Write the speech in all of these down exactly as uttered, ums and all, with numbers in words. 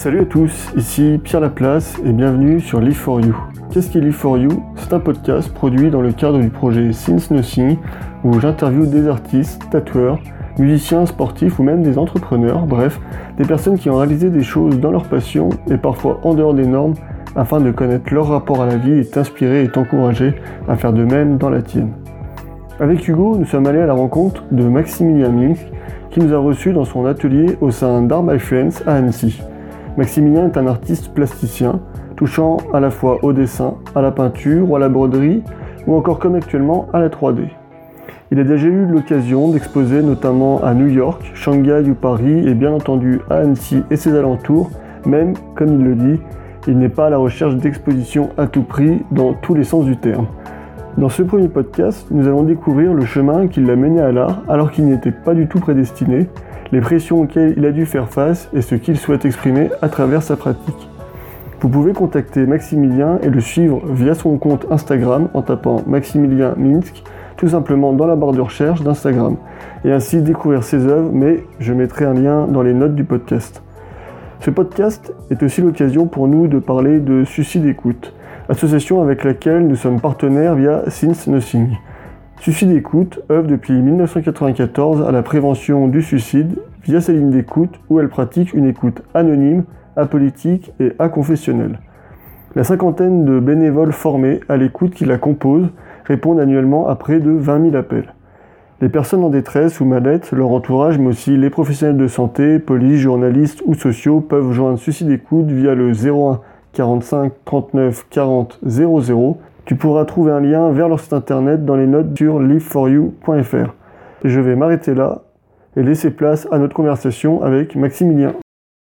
Salut à tous, ici Pierre Laplace et bienvenue sur Live for You. Qu'est-ce qui est Live for You ? C'est un podcast produit dans le cadre du projet Since Nothing où j'interviewe des artistes, tatoueurs, musiciens, sportifs ou même des entrepreneurs, bref, des personnes qui ont réalisé des choses dans leur passion et parfois en dehors des normes afin de connaître leur rapport à la vie et t'inspirer et t'encourager à faire de même dans la tienne. Avec Hugo, nous sommes allés à la rencontre de Maximilien Minsk qui nous a reçus dans son atelier au sein d'Art My Friends à Annecy. Maximilien est un artiste plasticien, touchant à la fois au dessin, à la peinture ou à la broderie, ou encore comme actuellement à la trois D. Il a déjà eu l'occasion d'exposer notamment à New York, Shanghai ou Paris, et bien entendu à Annecy et ses alentours, même, comme il le dit, il n'est pas à la recherche d'expositions à tout prix dans tous les sens du terme. Dans ce premier podcast, nous allons découvrir le chemin qui l'a mené à l'art alors qu'il n'y était pas du tout prédestiné, les pressions auxquelles il a dû faire face et ce qu'il souhaite exprimer à travers sa pratique. Vous pouvez contacter Maximilien et le suivre via son compte Instagram en tapant Maximilien Minsk, tout simplement dans la barre de recherche d'Instagram, et ainsi découvrir ses œuvres, mais je mettrai un lien dans les notes du podcast. Ce podcast est aussi l'occasion pour nous de parler de Suicide Écoute, association avec laquelle nous sommes partenaires via Since Nothing. Suicide Écoute œuvre depuis dix-neuf cent quatre-vingt-quatorze à la prévention du suicide via sa ligne d'écoute où elle pratique une écoute anonyme, apolitique et aconfessionnelle. La cinquantaine de bénévoles formés à l'écoute qui la composent répondent annuellement à près de vingt mille appels. Les personnes en détresse ou mal-être, leur entourage, mais aussi les professionnels de santé, police, journalistes ou sociaux peuvent joindre Suicide Écoute via le zéro un quarante-cinq trente-neuf quarante zéro zéro. Tu pourras trouver un lien vers leur site internet dans les notes sur live for you point f r. Je vais m'arrêter là et laisser place à notre conversation avec Maximilien.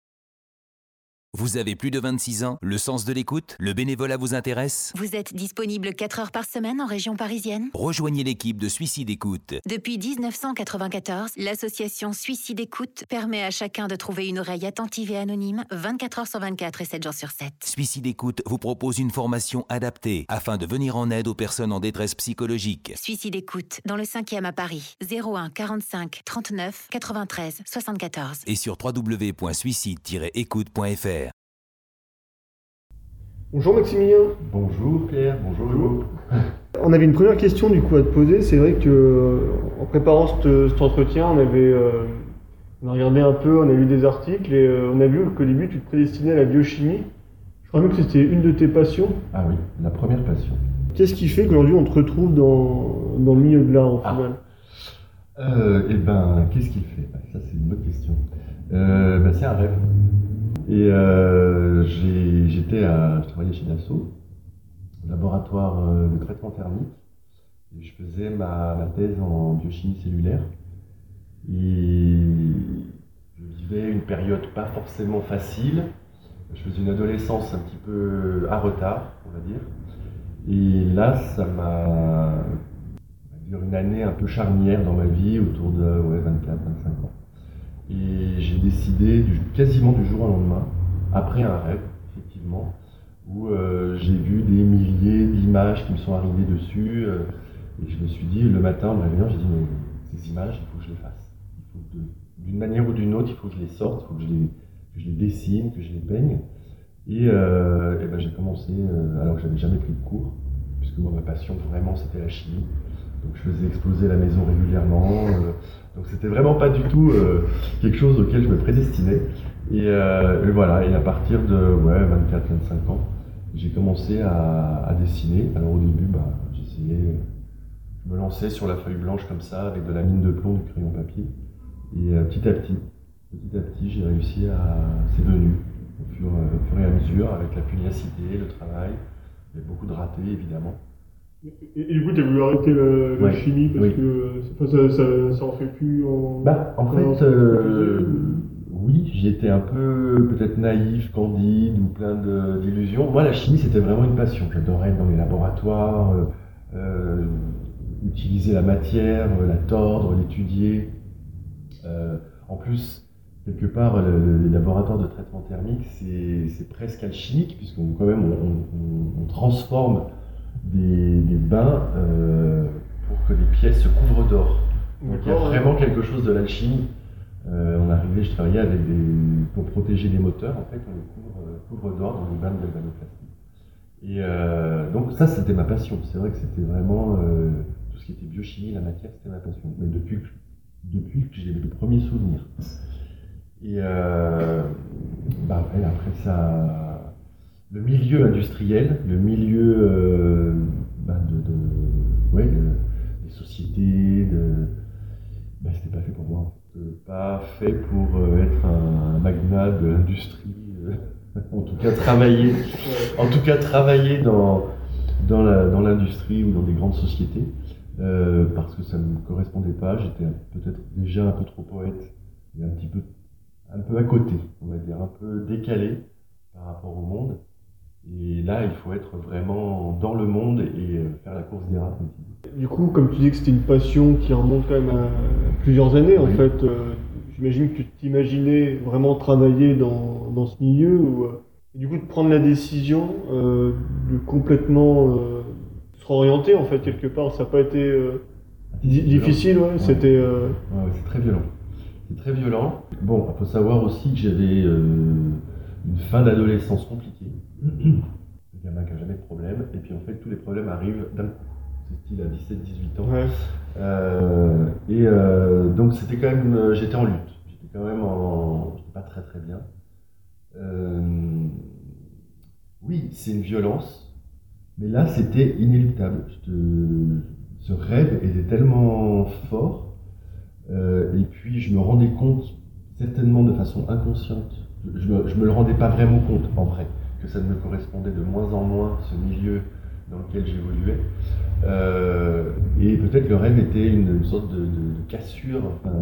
Vous avez plus de vingt-six ans, le sens de l'écoute, le bénévolat vous intéresse ? Vous êtes disponible quatre heures par semaine en région parisienne ? Rejoignez l'équipe de Suicide Écoute. Depuis dix-neuf cent quatre-vingt-quatorze, l'association Suicide Écoute permet à chacun de trouver une oreille attentive et anonyme vingt-quatre heures sur vingt-quatre et sept jours sur sept. Suicide Écoute vous propose une formation adaptée afin de venir en aide aux personnes en détresse psychologique. Suicide Écoute, dans le cinquième à Paris, zéro un quarante-cinq trente-neuf quatre-vingt-treize soixante-quatorze. Et sur w w w point suicide tiret écoute point f r. Bonjour Maximilien. Bonjour Pierre, bonjour Hugo. On avait une première question du coup à te poser. C'est vrai que euh, en préparant cet, cet entretien, on avait euh, on a regardé un peu, on a lu des articles et euh, on a vu qu'au début tu te prédestinais à la biochimie. Je crois même que c'était une de tes passions. Ah oui, la première passion. Qu'est-ce qui fait qu'aujourd'hui on te retrouve dans, dans le milieu de l'art au ah. final ? euh, Eh ben, qu'est-ce qu'il fait ? Ça c'est une bonne question. Euh, ben, c'est un rêve. Et euh, j'ai, j'étais à, je travaillais chez Dassault, au laboratoire euh, de traitement thermique, et je faisais ma, ma thèse en biochimie cellulaire. Et je vivais une période pas forcément facile. Je faisais une adolescence un petit peu à retard, on va dire. Et là, ça m'a, on va dire, une année un peu charnière dans ma vie, autour de ouais, vingt-quatre à vingt-cinq ans. Et j'ai décidé du, quasiment du jour au lendemain, après un rêve, effectivement, où euh, j'ai vu des milliers d'images qui me sont arrivées dessus. Euh, et je me suis dit, le matin, en me réveillant, j'ai dit, mais ces images, il faut que je les fasse. Il faut que de, d'une manière ou d'une autre, il faut que je les sorte, il faut que je les, que je les dessine, que je les peigne. Et, euh, et ben, j'ai commencé, euh, alors que j'avais jamais pris de cours, puisque moi, ma passion, vraiment, c'était la chimie. Donc je faisais exploser la maison régulièrement. Euh, Donc c'était vraiment pas du tout euh, quelque chose auquel je me prédestinais. Et, euh, et voilà, et à partir de ouais, vingt-quatre à vingt-cinq ans, j'ai commencé à, à dessiner. Alors au début, bah, j'essayais, je me lançais sur la feuille blanche comme ça, avec de la mine de plomb, du crayon papier. Et euh, petit à petit, petit à petit, j'ai réussi à... C'est venu, au fur, euh, au fur et à mesure, avec la pugnacité, le travail. Il y a beaucoup de ratés, évidemment. Et, et du coup, tu as voulu arrêter la, la ouais. chimie parce oui. que ça, ça, ça en fait plus en... Bah, en fait, euh, oui, j'étais un peu peut-être naïf, candide ou plein de, d'illusions. Moi, la chimie, c'était vraiment une passion. J'adorais être dans les laboratoires, euh, euh, utiliser la matière, la tordre, l'étudier. Euh, en plus, quelque part, le, les laboratoires de traitement thermique, c'est, c'est presque alchimique, puisqu'on quand même, on, on, on transforme Des, des bains euh, pour que les pièces se couvrent d'or. Donc il y a vraiment quelque chose de l'alchimie Euh, on arrivait, je travaillais avec des, pour protéger les moteurs, en fait, on les couvre, euh, couvre d'or dans des bains de galvanoplastie. Et euh, donc ça, c'était ma passion. C'est vrai que c'était vraiment euh, tout ce qui était biochimie, la matière, c'était ma passion. Mais depuis que, depuis que j'ai les premiers souvenirs. Et euh, bah, après, après ça, le milieu industriel, le milieu euh, bah, de, de, ouais, de, des sociétés, de, bah, c'était pas fait pour moi. Pas fait pour euh, être un, un magnat de l'industrie. Euh, en tout cas, travailler, en tout cas, travailler dans, dans, la, dans l'industrie ou dans des grandes sociétés, euh, parce que ça ne me correspondait pas. J'étais peut-être déjà un peu trop poète et un petit peu, un peu à côté, on va dire, un peu décalé par rapport au monde. Et là, il faut être vraiment dans le monde et faire la course des rats. Du coup, comme tu dis que c'était une passion qui remonte quand même à plusieurs années, oui. En fait, euh, j'imagine que tu t'imaginais vraiment travailler dans, dans ce milieu. Ou, euh, et du coup, de prendre la décision euh, de complètement euh, se réorienter, en fait, quelque part, ça n'a pas été euh, di- difficile, ouais, ouais. C'était... Euh... Ouais, ouais, c'est très violent. C'est très violent. Bon, il faut savoir aussi que j'avais euh, une fin d'adolescence compliquée. Le gamin qui n'a jamais de problème. Et puis, en fait, tous les problèmes arrivent d'un coup. C'est style à dix-sept dix-huit ans. Ouais. Euh, et euh, donc c'était quand même, euh, j'étais en lutte. J'étais quand même en, j'étais pas très très bien. Euh, oui, c'est une violence, mais là c'était inéluctable. Je te, ce rêve était tellement fort, euh, et puis je me rendais compte, certainement de façon inconsciente, je me, je me le rendais pas vraiment compte en vrai, que ça ne me correspondait de moins en moins ce milieu dans lequel j'évoluais. Euh, et peut-être le rêve était une, une sorte de, de, de cassure, enfin,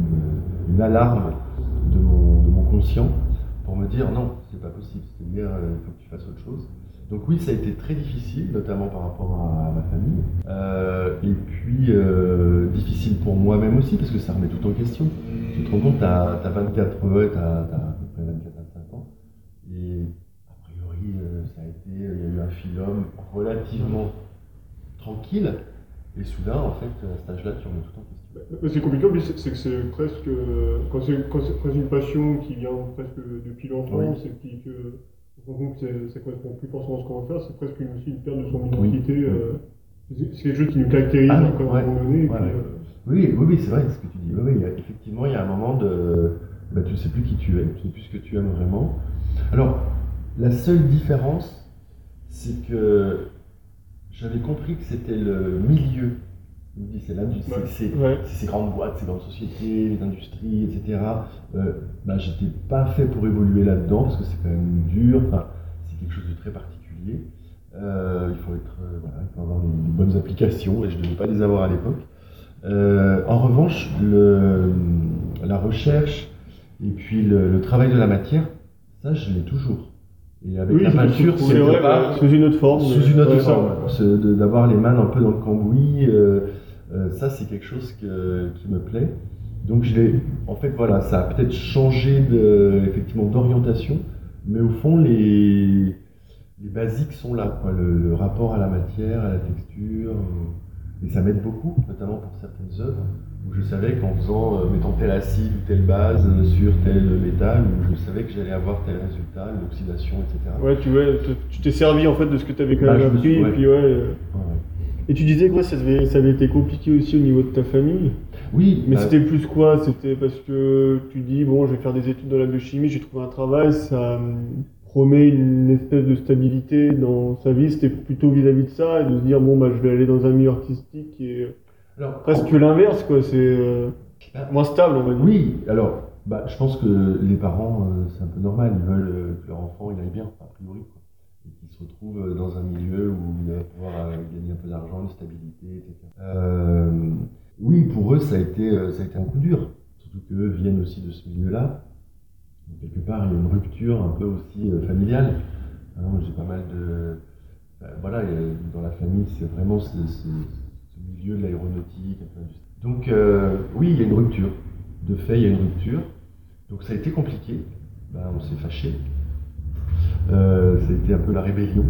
une, une alarme de mon, de mon conscient pour me dire non, c'est pas possible, c'est-à-dire il faut que tu fasses autre chose. Donc oui, ça a été très difficile, notamment par rapport à, à ma famille, euh, et puis euh, difficile pour moi-même aussi, parce que ça remet tout en question. Tu te rends compte, t'as, t'as vingt-quatre, ouais, t'as, t'as à peu près vingt-quatre à vingt-cinq ans, et a priori, euh, ça a été, il y a eu un filum relativement tranquille, et soudain, en fait, à cet âge-là, tu remets tout en question. C'est compliqué, mais c'est, c'est que c'est presque, quand c'est, quand c'est presque une passion qui vient presque depuis l'enfance, oui. Et puis que on se rend compte que ça ne correspond plus forcément à ce qu'on va faire, c'est presque une, aussi une perte de son identité. Oui. Euh, c'est, c'est quelque chose qui nous caractérise ah, encore ouais. à un moment donné. Ouais, puis, ouais. euh... Oui, oui, oui, c'est vrai ce que tu dis. Oui, oui, il y a, effectivement, il y a un moment de, bah, tu ne sais plus qui tu es, tu ne sais plus ce que tu aimes vraiment. Alors, la seule différence, c'est que j'avais compris que c'était le milieu. Je me dis, c'est l'industrie, ouais. c'est, ouais. c'est ces grandes boîtes, ces grandes sociétés, les industries, et cetera. Euh, bah, j'étais pas fait pour évoluer là-dedans parce que c'est quand même dur. Enfin, c'est quelque chose de très particulier. Euh, il faut être, euh, voilà, il faut avoir des, des bonnes applications et je ne devais pas les avoir à l'époque. Euh, en revanche, le, la recherche et puis le, le travail de la matière, ça, je l'ai toujours. Et avec oui, la peinture, c'est, c'est vrai, pas, sous une autre forme. Sous une autre ouais, forme. Ça, ouais. De, d'avoir les mains un peu dans le cambouis, euh, euh, ça c'est quelque chose que, qui me plaît. Donc je l'ai, en fait voilà, ça a peut-être changé de, effectivement d'orientation, mais au fond les, les basiques sont là, quoi. Le, le rapport à la matière, à la texture, euh, et ça m'aide beaucoup, notamment pour certaines œuvres. Où je savais qu'en faisant, euh, mettant tel acide ou telle base euh, sur tel métal, où je savais que j'allais avoir tel résultat, l'oxydation, et cetera. Ouais, tu, ouais, tu t'es servi en fait de ce que tu avais quand bah, même appris, suis, ouais. Et puis ouais, euh... ouais, ouais. Et tu disais que ouais, ça, avait, ça avait été compliqué aussi au niveau de ta famille. Oui. Mais bah... c'était plus quoi? C'était parce que tu dis, bon, je vais faire des études dans la biochimie, j'ai trouvé un travail, ça promet une espèce de stabilité dans sa vie. C'était plutôt vis-à-vis de ça, et de se dire, bon, bah, je vais aller dans un milieu artistique et... Alors, presque l'inverse, quoi, c'est euh, bah, moins stable, on va dire. Oui, alors, bah, je pense que les parents, euh, c'est un peu normal, ils veulent euh, que leur enfant il aille bien, a priori, quoi. Et qu'il se retrouve dans un milieu où il va pouvoir euh, gagner un peu d'argent, une stabilité, et cetera. Euh, oui, pour eux, ça a été, euh, ça a été un coup dur, surtout qu'eux viennent aussi de ce milieu-là. Donc, quelque part, il y a une rupture un peu aussi euh, familiale. Alors, moi, j'ai pas mal de... Bah, voilà, y a, dans la famille, c'est vraiment... C'est, c'est, milieu de l'aéronautique. Donc euh, oui, il y a une rupture. De fait, il y a une rupture. Donc ça a été compliqué. Ben, on s'est fâchés. Euh, ça a été un peu la rébellion.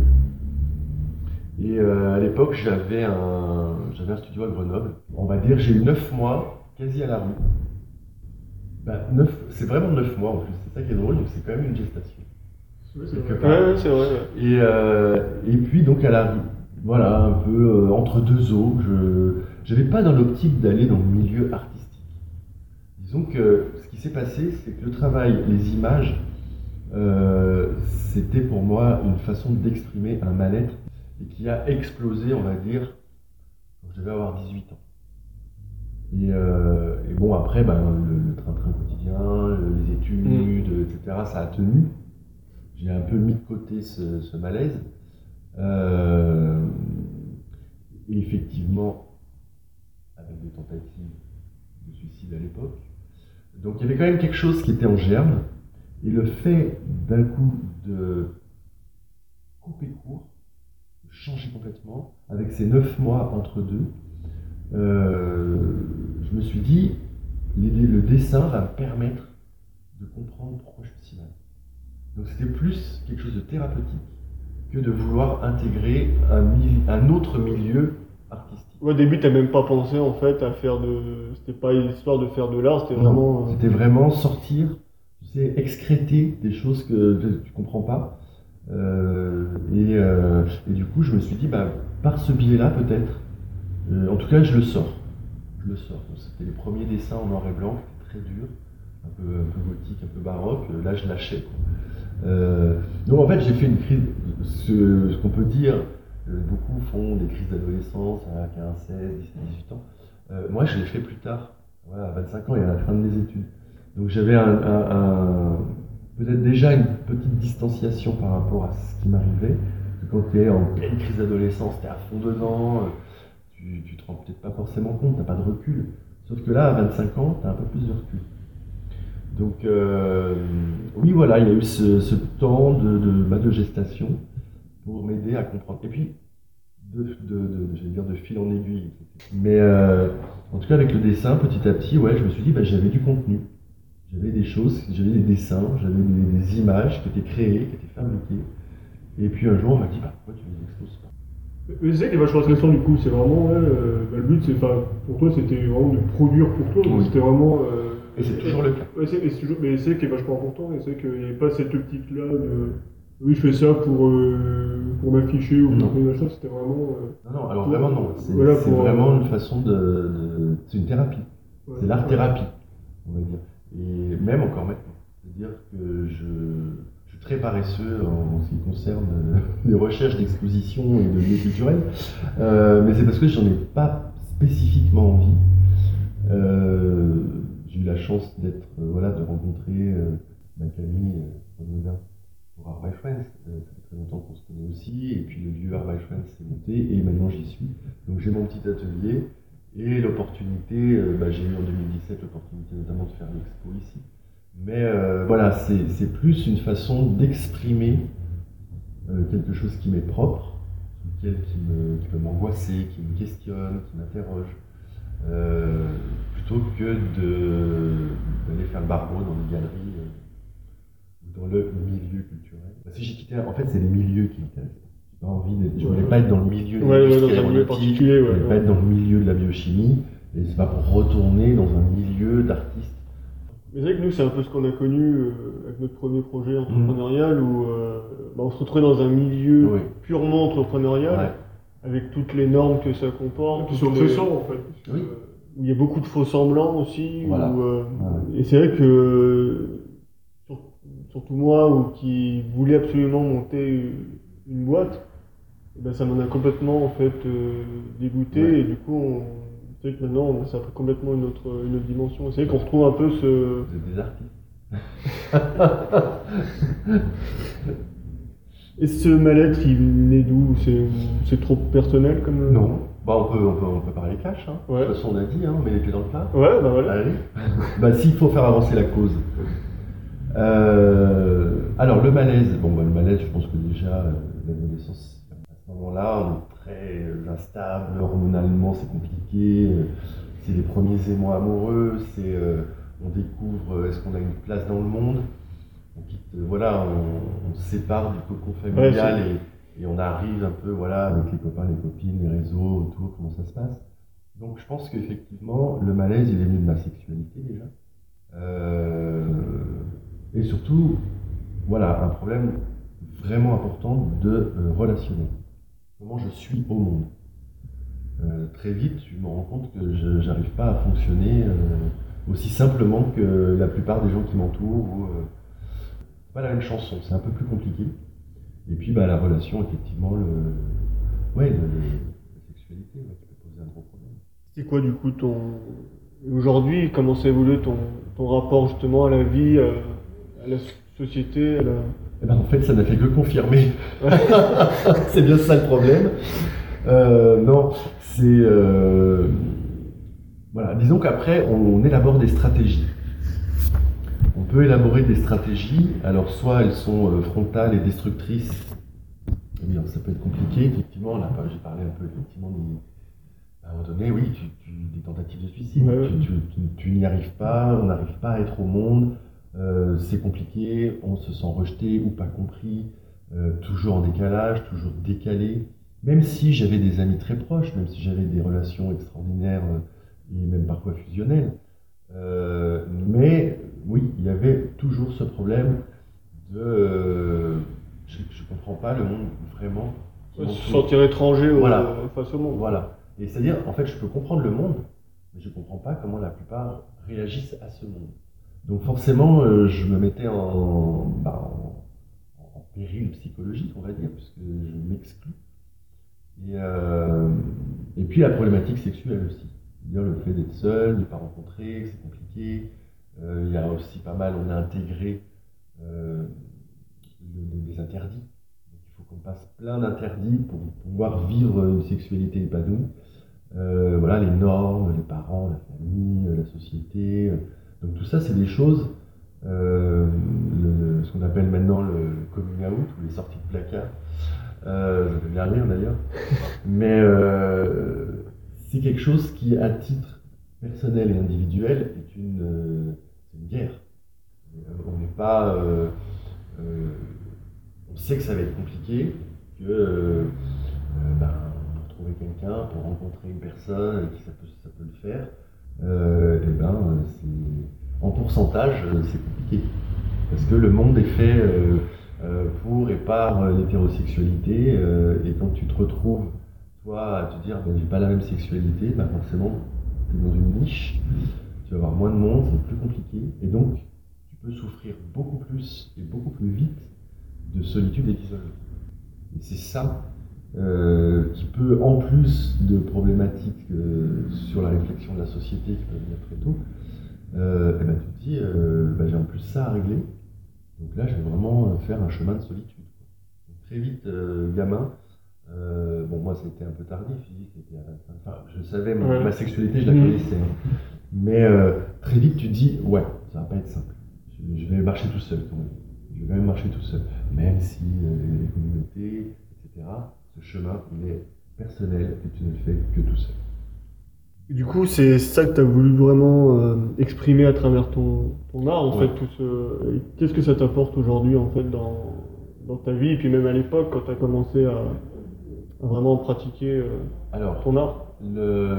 Et euh, à l'époque, j'avais un, j'avais un studio à Grenoble. On va dire, j'ai eu neuf mois quasi à la rue. bah, neuf, c'est vraiment neuf mois en plus, c'est ça qui est drôle, donc c'est quand même une gestation. Ouais, c'est vrai. Ouais, c'est vrai ouais. Et, euh, et puis donc elle arrive, voilà, un peu euh, entre deux eaux, je n'avais pas dans l'optique d'aller dans le milieu artistique. Disons que ce qui s'est passé, c'est que le travail, les images, euh, c'était pour moi une façon d'exprimer un mal-être et qui a explosé, on va dire, quand je devais avoir dix-huit ans. Et, euh, et bon, après, ben, le, le train-train quotidien, les études, mmh. et cetera, ça a tenu. J'ai un peu mis de côté ce, ce malaise. Euh, et effectivement, avec des tentatives de suicide à l'époque. Donc il y avait quand même quelque chose qui était en germe. Et le fait d'un coup de couper court, de changer complètement, avec ces neuf mois entre deux, euh, je me suis dit, le dessin va me permettre de comprendre pourquoi je suis si mal. Donc c'était plus quelque chose de thérapeutique que de vouloir intégrer un, un autre milieu artistique. Au début, tu n'as même pas pensé en fait à faire de... C'était pas une histoire de faire de l'art, c'était vraiment... Non, c'était vraiment sortir, tu sais, excréter des choses que tu comprends pas. Euh, et, euh, et du coup, je me suis dit, bah, par ce biais-là peut-être, euh, en tout cas, je le sors. Je le sors. Donc, c'était les premiers dessins en noir et blanc, très durs, un peu, un peu gothique, un peu baroque. Là, je lâchais. Euh, donc en fait, j'ai fait une crise, ce, ce qu'on peut dire, euh, beaucoup font des crises d'adolescence à quinze, seize, dix-sept, dix-huit ans. Euh, moi, je l'ai fait plus tard, voilà, à vingt-cinq ans et à la fin de mes études. Donc j'avais un, un, un, peut-être déjà une petite distanciation par rapport à ce qui m'arrivait. Quand tu es en pleine crise d'adolescence, tu es à fond dedans, tu, tu te rends peut-être pas forcément compte, tu n'as pas de recul. Sauf que là, à vingt-cinq ans, tu as un peu plus de recul. Donc euh, oui, voilà, il y a eu ce, ce temps de, de, bah, de gestation pour m'aider à comprendre. Et puis, de, de, de, j'allais dire de fil en aiguille. Mais euh, en tout cas, avec le dessin, petit à petit, ouais, je me suis dit, bah, j'avais du contenu. J'avais des choses, j'avais des dessins, j'avais des, des images qui étaient créées, qui étaient fabriquées. Et puis un jour, on m'a dit, bah, pourquoi tu ne les exposes pas? Mais c'est ça qui est vachement intéressant du coup, c'est vraiment, ouais, euh, bah, le but, c'est, pour toi, c'était vraiment de produire pour toi, oui. C'était vraiment... Euh, et c'est toujours le cas. Ouais, c'est, et c'est toujours, mais c'est ce qui est vachement important, et c'est qu'il n'y avait pas cette optique-là de... Oui, je fais ça pour, euh, pour m'afficher ou pour mes achats, c'était vraiment... Euh, non, non, alors pour, vraiment non, c'est, voilà, c'est pour, vraiment euh, une façon de... de c'est une thérapie, ouais, c'est l'art-thérapie, on va dire. Et même encore maintenant, c'est-à-dire que je... Je suis très paresseux en ce qui concerne les recherches d'exposition et de lieux culturels, euh, mais c'est parce que j'en ai pas spécifiquement envie. Euh, j'ai eu la chance d'être, euh, voilà, de rencontrer euh, ma Camille euh, pour Art by Friends. Euh, ça fait très longtemps qu'on se connaît aussi, et puis le lieu Art by Friends s'est monté, et maintenant j'y suis. Donc j'ai mon petit atelier, et l'opportunité, euh, bah, j'ai eu en deux mille dix-sept l'opportunité notamment de faire l'expo ici. Mais euh, voilà, c'est, c'est plus une façon d'exprimer euh, quelque chose qui m'est propre, qui, me, qui peut m'angoisser, qui me questionne, qui m'interroge, euh, plutôt que de, d'aller faire le barreau dans une galerie ou euh, dans le milieu culturel. Parce que j'ai quitté, en fait, c'est les milieux qui m'intéressent. J'ai pas envie d'être, je voulais pas être dans le milieu de ouais, l'industrie ouais, aéronautique, je ouais, voulais ouais. pas être dans le milieu de la biochimie, et c'est pas pour retourner dans un milieu d'artistes. Mais c'est vrai que nous, c'est un peu ce qu'on a connu euh, avec notre premier projet entrepreneurial, mmh. où euh, bah, on se retrouvait dans un milieu oui. purement entrepreneurial, ouais. avec toutes les normes que ça comporte. Qui sont pressants, en fait. Oui. Où il y a beaucoup de faux semblants aussi. Voilà. Où, euh, ouais. Et c'est vrai que, sur, surtout moi, où, qui voulais absolument monter une boîte, et ben, ça m'en a complètement en fait, euh, dégoûté, ouais. et du coup, on, c'est vrai que maintenant, ça a pris complètement une autre, une autre dimension. C'est vrai qu'on retrouve un peu ce... Vous êtes des artistes. Et ce mal-être, il naît d'où? c'est, c'est trop personnel comme... Non, bah, on, peut, on, peut, on peut parler cash. Hein. Ouais. De toute façon, on a dit, hein, on met les pieds dans le plat. Ouais, bah voilà. Allez. bah, s'il faut faire avancer la cause. Euh, alors, le malaise. Bon, bah, le malaise, je pense que déjà, euh, l'adolescence, à ce moment-là, on est très instable, hormonalement, c'est compliqué. C'est les premiers émois amoureux, c'est, euh, on découvre, est-ce qu'on a une place dans le monde, on quitte, euh, voilà, on, on se sépare du cocon familial ouais, et, et on arrive un peu, voilà, avec les copains, les copines, les réseaux autour, comment ça se passe. Donc je pense qu'effectivement, le malaise, il est venu de ma sexualité déjà. Euh, et surtout, voilà, un problème vraiment important de euh, relationnel. Comment je suis au monde. Euh, très vite, je me rends compte que je n'arrive pas à fonctionner euh, aussi simplement que la plupart des gens qui m'entourent. Ou, euh, c'est pas la même chanson, c'est un peu plus compliqué. Et puis bah, la relation, effectivement, le, ouais, le, le, la sexualité, ouais, qui peut poser un gros problème. C'est quoi du coup ton... Aujourd'hui, comment s'est évolué ton, ton rapport justement à la vie, à, à la société, à la... Eh ben, en fait, ça n'a fait que confirmer. C'est bien ça le problème. Euh, non, c'est... Euh, voilà, disons qu'après, on, on élabore des stratégies. On peut élaborer des stratégies, alors soit elles sont euh, frontales et destructrices, eh bien, ça peut être compliqué, effectivement, là, j'ai parlé un peu effectivement des... À un moment donné, oui, tu, tu, des tentatives de suicide, ouais. tu, tu, tu, tu n'y arrives pas, on n'arrive pas à être au monde, euh, c'est compliqué, on se sent rejeté ou pas compris, euh, toujours en décalage, toujours décalé. Même si j'avais des amis très proches, même si j'avais des relations extraordinaires euh, et même parfois fusionnelles, euh, mais oui, il y avait toujours ce problème de euh, je ne comprends pas le monde vraiment. Ouais, se sentir étranger au, voilà. face au monde. Voilà. Et c'est-à-dire, en fait, je peux comprendre le monde, mais je ne comprends pas comment la plupart réagissent à ce monde. Donc forcément, euh, je me mettais en, bah, en, en péril psychologique, on va dire, puisque je m'exclus. Et, euh, et puis la problématique sexuelle aussi. C'est-à-dire le fait d'être seul, de ne pas rencontrer, que c'est compliqué. Euh, il y a aussi pas mal, on a intégré euh, le, des interdits. Donc il faut qu'on passe plein d'interdits pour pouvoir vivre une sexualité épanouie. Euh, voilà, les normes, les parents, la famille, la société. Donc tout ça, c'est des choses, euh, le, ce qu'on appelle maintenant le coming out ou les sorties de placard. Euh, ça fait bien rire d'ailleurs. Mais euh, c'est quelque chose qui, à titre personnel et individuel, est une, euh, une guerre. On n'est pas... Euh, euh, on sait que ça va être compliqué, que... Euh, ben, trouver quelqu'un, pour rencontrer une personne et qui ça peut, ça peut le faire, euh, et ben, c'est, en pourcentage, c'est compliqué. Parce que le monde est fait euh, euh, pour et par l'hétérosexualité, euh, et quand tu te retrouves, toi, à te dire, ben, j'ai pas la même sexualité, ben, forcément, tu es dans une niche, tu vas avoir moins de monde, c'est plus compliqué, et donc, tu peux souffrir beaucoup plus et beaucoup plus vite de solitude et d'isolement. Et c'est ça Euh, qui peut, en plus de problématiques euh, sur la réflexion de la société qui peuvent venir très tôt, euh, et ben tu te dis, euh, ben j'ai en plus ça à régler, donc là je vais vraiment faire un chemin de solitude. Donc, très vite, euh, gamin, euh, bon moi c'était un peu tardif, c'était à vingt-cinq, enfin je savais, ma, ouais. ma sexualité je la connaissais, hein. Mais euh, très vite tu te dis, ouais, ça va pas être simple, je, je vais marcher tout seul quand même, je vais quand même marcher tout seul, même si euh, les communautés, et cetera, ce chemin, il est personnel et tu ne le fais que tout seul. Du coup, c'est ça que tu as voulu vraiment euh, exprimer à travers ton, ton art, en ouais. fait. Tout ce... Qu'est-ce que ça t'apporte aujourd'hui, en fait, dans, dans ta vie, et puis même à l'époque, quand tu as commencé à, à vraiment pratiquer euh, Alors, ton art le...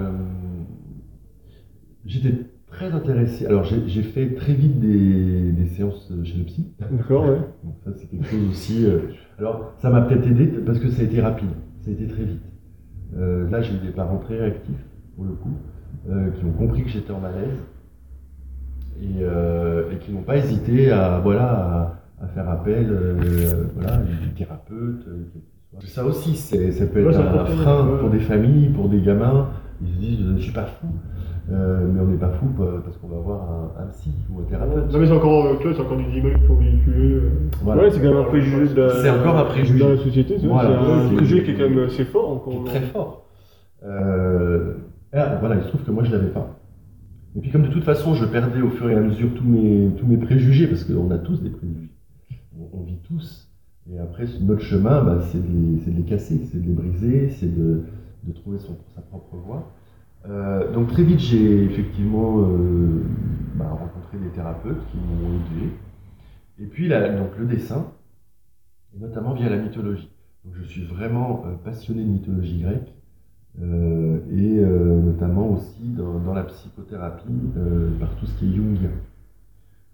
J'étais très intéressé. Alors, j'ai, j'ai fait très vite des, des séances chez le psy. D'accord, ouais. Donc ça, c'est quelque chose aussi... Euh... Alors, ça m'a peut-être aidé parce que ça a été rapide, ça a été très vite. Euh, là, j'ai eu des parents très réactifs, pour le coup, euh, qui ont compris que j'étais en malaise et, euh, et qui n'ont pas hésité à, voilà, à, à faire appel euh, voilà, à des thérapeutes. Euh, ça aussi, c'est, ça peut être ouais, un, un frein ouais. pour des familles, pour des gamins. Ils se disent, je ne suis pas fou. Euh, mais on n'est pas fou parce qu'on va avoir un, un psy ou un thérapeute. Non mais c'est encore, tu vois, c'est encore des images qu'il faut véhiculer. Euh... Voilà. Ouais, c'est quand même un préjugé de la, c'est encore un préjugé. Dans la société, c'est, voilà, c'est un c'est préjugé qui est quand même assez fort. Encore, qui est très fort. Euh, ah, voilà, il se trouve que moi je ne l'avais pas. Et puis comme de toute façon je perdais au fur et à mesure tous mes, tous mes préjugés, parce qu'on a tous des préjugés, on, on vit tous. Et après notre chemin, bah, c'est, de les, c'est de les casser, c'est de les briser, c'est de, de trouver son, sa propre voie. Euh, donc très vite j'ai effectivement euh, bah, rencontré des thérapeutes qui m'ont aidé, et puis là, donc le dessin, et notamment via la mythologie. Donc je suis vraiment euh, passionné de mythologie grecque, euh, et euh, notamment aussi dans, dans la psychothérapie euh, par tout ce qui est jungien.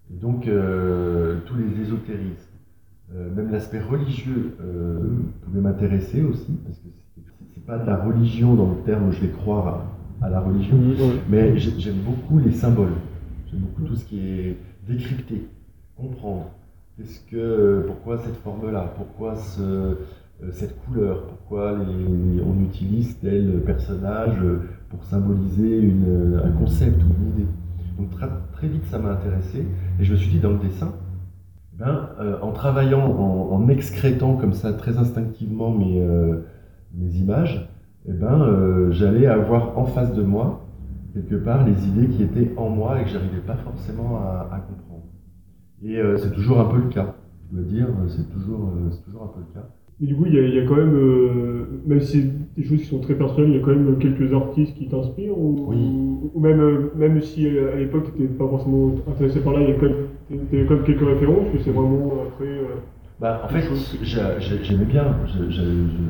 Et donc, euh, tous les ésotérismes, euh, même l'aspect religieux euh, pouvait m'intéresser aussi, parce que c'est, c'est pas de la religion dans le terme où je vais croire à, à la religion, Mmh, ouais. mais j'aime beaucoup les symboles. J'aime beaucoup tout ce qui est décrypté, comprendre. Qu'est-ce que, pourquoi cette forme-là, pourquoi ce, cette couleur, pourquoi les, on utilise tel personnage pour symboliser une, un concept ou une idée. Donc très, très vite ça m'a intéressé et je me suis dit dans le dessin, ben, euh, en travaillant, en, en excrétant comme ça très instinctivement mes, euh, mes images, eh ben, euh, j'allais avoir en face de moi quelque part les idées qui étaient en moi et que j'arrivais pas forcément à, à comprendre. Et euh, c'est toujours un peu le cas, je dois dire, c'est toujours, euh, c'est toujours un peu le cas. Mais du coup, il y a, il y a quand même, euh, même si c'est des choses qui sont très personnelles, il y a quand même quelques artistes qui t'inspirent, ou, Oui. ou, ou même, euh, même si euh, à l'époque tu n'étais pas forcément intéressé par là, il y a quand même, t'avais quand même quelques références, ou c'est vraiment après. Euh, bah, en fait, j'a, j'a, j'aimais bien, j'a, j'a,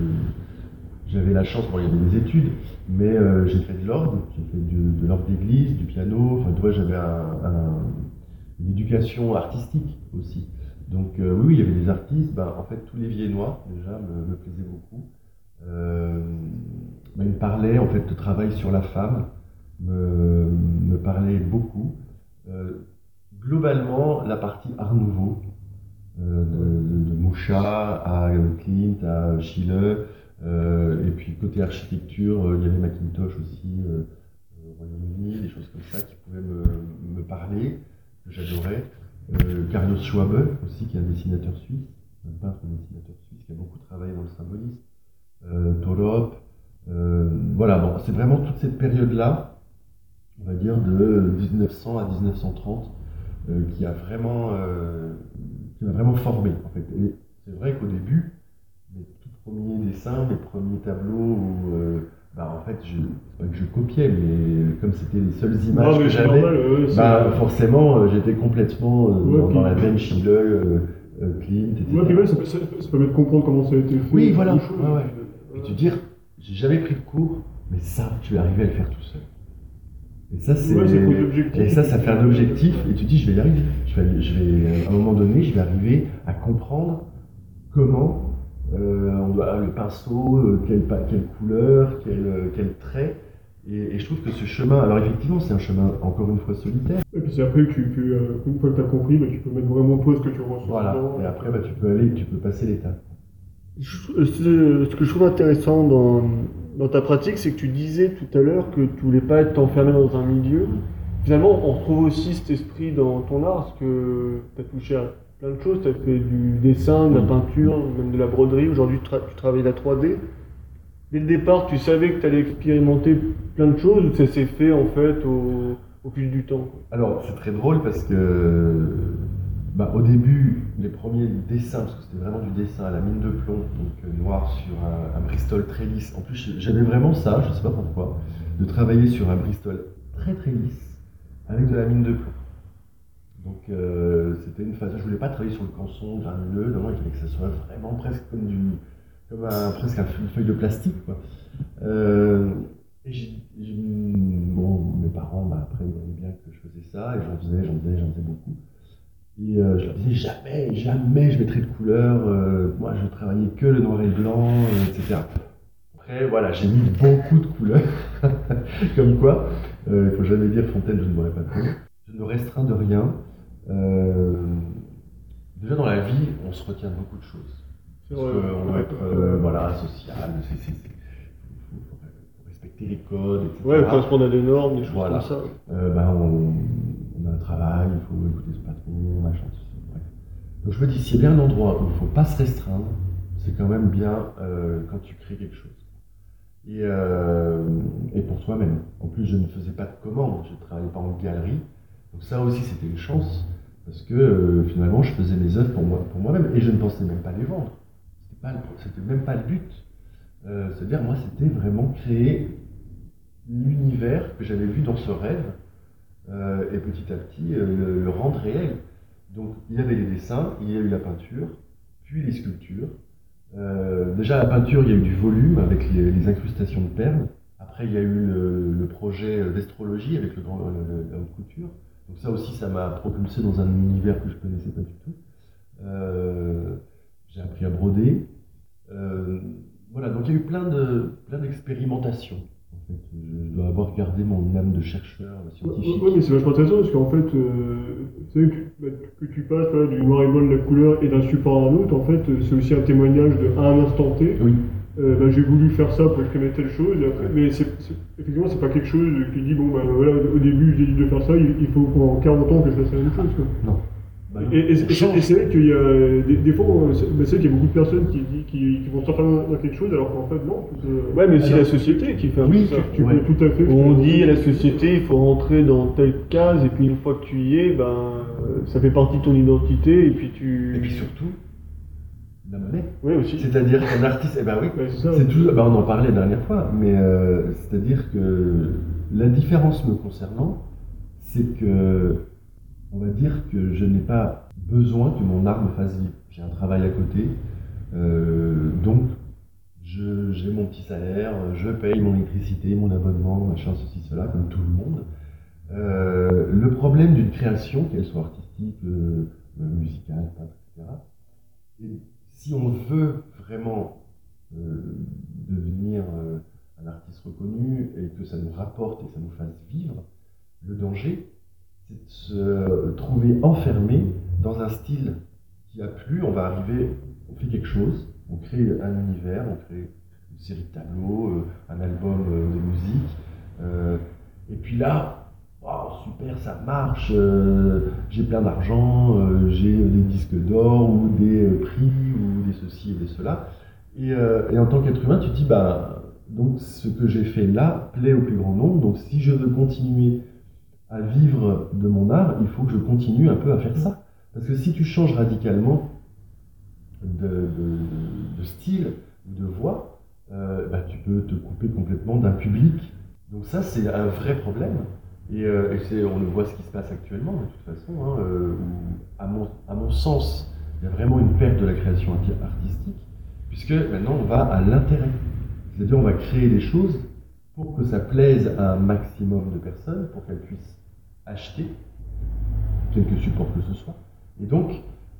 j'avais la chance, bon, il y avait des études, mais euh, j'ai fait de l'orgue, j'ai fait de, de l'orgue d'église, du piano, enfin, tu vois, j'avais un, un, une éducation artistique aussi. Donc euh, oui, il y avait des artistes, ben, en fait tous les Viennois déjà me, me plaisaient beaucoup. Euh, ben, ils me parlaient en fait de travail sur la femme, me, me parlaient beaucoup. Euh, globalement, la partie Art Nouveau, euh, de, de, de Mouchat à Klimt, à Schiele, euh, et puis côté architecture, euh, il y avait Macintosh aussi euh, au Royaume-Uni, des choses comme ça qui pouvaient me, me parler, que j'adorais. Euh, Carlos Schwabe aussi, qui est un dessinateur suisse, un peintre dessinateur suisse qui a beaucoup travaillé dans le symbolisme. Euh, Torop, euh, voilà, bon, c'est vraiment toute cette période-là, on va dire de dix-neuf cents à dix-neuf cent trente, euh, qui a vraiment, euh, qui m'a vraiment formé en fait. Et c'est vrai qu'au début, mes tout premiers dessins, mes premiers tableaux où euh, bah, en fait, je, c'est pas que je copiais, mais comme c'était les seules images non, que j'avais, normal, euh, bah, forcément, euh, j'étais complètement euh, ouais, dans, dans la veine Schiele, euh, euh, Klimt, et cetera. Ouais, puis ouais, ça, ça, ça permet de comprendre comment ça a été fait. Oui, voilà. Choses, ouais, ouais. Et te dire, j'ai jamais pris de cours, mais ça, tu es arrivé à le faire tout seul. Et ça, c'est, ouais, et ça, ça fait un objectif, et tu dis, je vais y arriver. Je vais, je vais, à un moment donné, je vais arriver à comprendre comment. Euh, on doit le pinceau, euh, quelle, quelle couleur, quel, euh, quel trait. Et, et je trouve que ce chemin, alors effectivement, c'est un chemin encore une fois solitaire. Et puis c'est après que tu peux, euh, une fois que tu as compris, bah, tu peux mettre vraiment toi ce que tu ressens. Voilà. Et après, bah, tu peux aller, tu peux passer l'étape. Ce que je trouve intéressant dans, dans ta pratique, c'est que tu disais tout à l'heure que tu voulais pas être enfermé dans un milieu. Finalement, on retrouve aussi cet esprit dans ton art, parce que tu as touché à plein de choses, tu as fait du dessin, de la peinture, même de la broderie, aujourd'hui tu, tra- tu travailles la trois D. Dès le départ, tu savais que tu allais expérimenter plein de choses, ou ça s'est fait en fait au, au fil du temps? Alors c'est très drôle parce que bah, au début, les premiers dessins, parce que c'était vraiment du dessin à la mine de plomb, donc euh, noir sur un, un Bristol très lisse. En plus j'avais vraiment ça, je sais pas pourquoi, de travailler sur un Bristol très très lisse avec de la mine de plomb. Donc euh, c'était une phase, je voulais pas travailler sur le canson granuleux, non, il fallait que ça soit vraiment presque comme, du, comme un, presque une feuille de plastique, quoi. Euh, et j'ai, j'ai, bon, mes parents, bah, après, ils voyaient bien que je faisais ça, et j'en faisais, j'en faisais, j'en faisais beaucoup. Et euh, je leur disais jamais, jamais je mettrais de couleur, euh, moi je travaillais que le noir et le blanc, euh, et cetera. Après, voilà, j'ai mis beaucoup de couleurs, comme quoi, il euh, ne faut jamais dire Fontaine, je ne boirai pas de couleur. Je ne me restreins de rien. Euh, déjà dans la vie, on se retient de beaucoup de choses. Parce qu'on doit être euh, voilà, social, c'est, c'est, c'est, faut, faut, faut respecter les codes, et cetera. Ouais, correspondre à des normes, des choses voilà. comme ça. Euh, ben on, on a un travail, il faut écouter son patron, machin, tout ça. Bref. Donc je me dis, s'il y a bien un endroit où il ne faut pas se restreindre, c'est quand même bien euh, quand tu crées quelque chose. Et, euh, et pour toi-même. En plus, je ne faisais pas de commandes, je ne travaillais pas en galerie. Donc ça aussi, c'était une chance, parce que euh, finalement, je faisais mes œuvres pour, moi, pour moi-même, et je ne pensais même pas les vendre. C'était, pas le, c'était même pas le but. Euh, c'est-à-dire, moi, c'était vraiment créer l'univers que j'avais vu dans ce rêve, euh, et petit à petit, euh, le, le rendre réel. Donc, il y avait les dessins, il y a eu la peinture, puis les sculptures. Euh, déjà, la peinture, il y a eu du volume avec les, les incrustations de perles. Après, il y a eu le, le projet d'astrologie avec le, le, la haute couture. Donc ça aussi, ça m'a propulsé dans un univers que je connaissais pas du tout. Euh, j'ai appris à broder. Euh, voilà, donc il y a eu plein de plein d'expérimentations. En fait, je dois avoir gardé mon âme de chercheur scientifique. Oui, mais c'est vachement intéressant parce qu'en fait, euh, c'est vrai que tu, bah, que tu passes voilà, du noir et blanc de la couleur et d'un support à un autre, en fait, c'est aussi un témoignage de à un instant T. Oui. Euh, bah, j'ai voulu faire ça pour exprimer telle chose, et après, mais c'est, c'est, effectivement, c'est pas quelque chose qui dit, bon, bah, voilà, au début, j'ai dit de faire ça, il, il faut pendant quarante ans que je fasse la même chose. Quoi. Non. Bah, et, et, et, et c'est vrai qu'il y a des, des fois, c'est, bah, c'est vrai qu'il y a beaucoup de personnes qui, qui, qui vont sortir dans quelque chose, alors qu'en fait, non. Peux... Ouais, mais c'est alors, la société qui fait un oui, peu ça. Tu, tu ouais. peux tout à fait. On dit à la société, il faut rentrer dans telle case, et puis une fois que tu y es, ben, ça fait partie de ton identité, et puis tu. Et puis surtout, la monnaie. Oui, aussi. C'est-à-dire qu'un artiste, eh ben oui, Ouais, c'est ça. c'est tout, ben on en parlait la dernière fois, mais euh, c'est-à-dire que la différence me concernant, c'est que, on va dire que je n'ai pas besoin que mon art me fasse vivre. J'ai un travail à côté, euh, donc je, j'ai mon petit salaire, je paye mon électricité, mon abonnement, machin, ceci, cela, comme tout le monde. Euh, le problème d'une création, qu'elle soit artistique, euh, musicale, peintre, et cetera, et si on veut vraiment euh, devenir euh, un artiste reconnu et que ça nous rapporte et que ça nous fasse vivre, le danger, c'est de se trouver enfermé dans un style qui a plu. On va arriver, on fait quelque chose, on crée un univers, on crée une série de tableaux, euh, un album euh, de musique, euh, et puis là, wow, super, ça marche, euh, j'ai plein d'argent, euh, j'ai des disques d'or ou des euh, prix ou des ceci et des cela. Et, euh, et en tant qu'être humain, tu te dis, bah, donc ce que j'ai fait là plaît au plus grand nombre, donc si je veux continuer à vivre de mon art, il faut que je continue un peu à faire ça. Parce que si tu changes radicalement de, de, de, de style ou de voix, euh, bah, tu peux te couper complètement d'un public. Donc ça, c'est un vrai problème. Et, euh, et c'est, on le voit ce qui se passe actuellement, de toute façon, hein, euh, où, à, mon, à mon sens, il y a vraiment une perte de la création artistique, puisque maintenant on va à l'intérêt. C'est-à-dire on va créer des choses pour que ça plaise à un maximum de personnes, pour qu'elles puissent acheter, quelque support que ce soit. Et donc,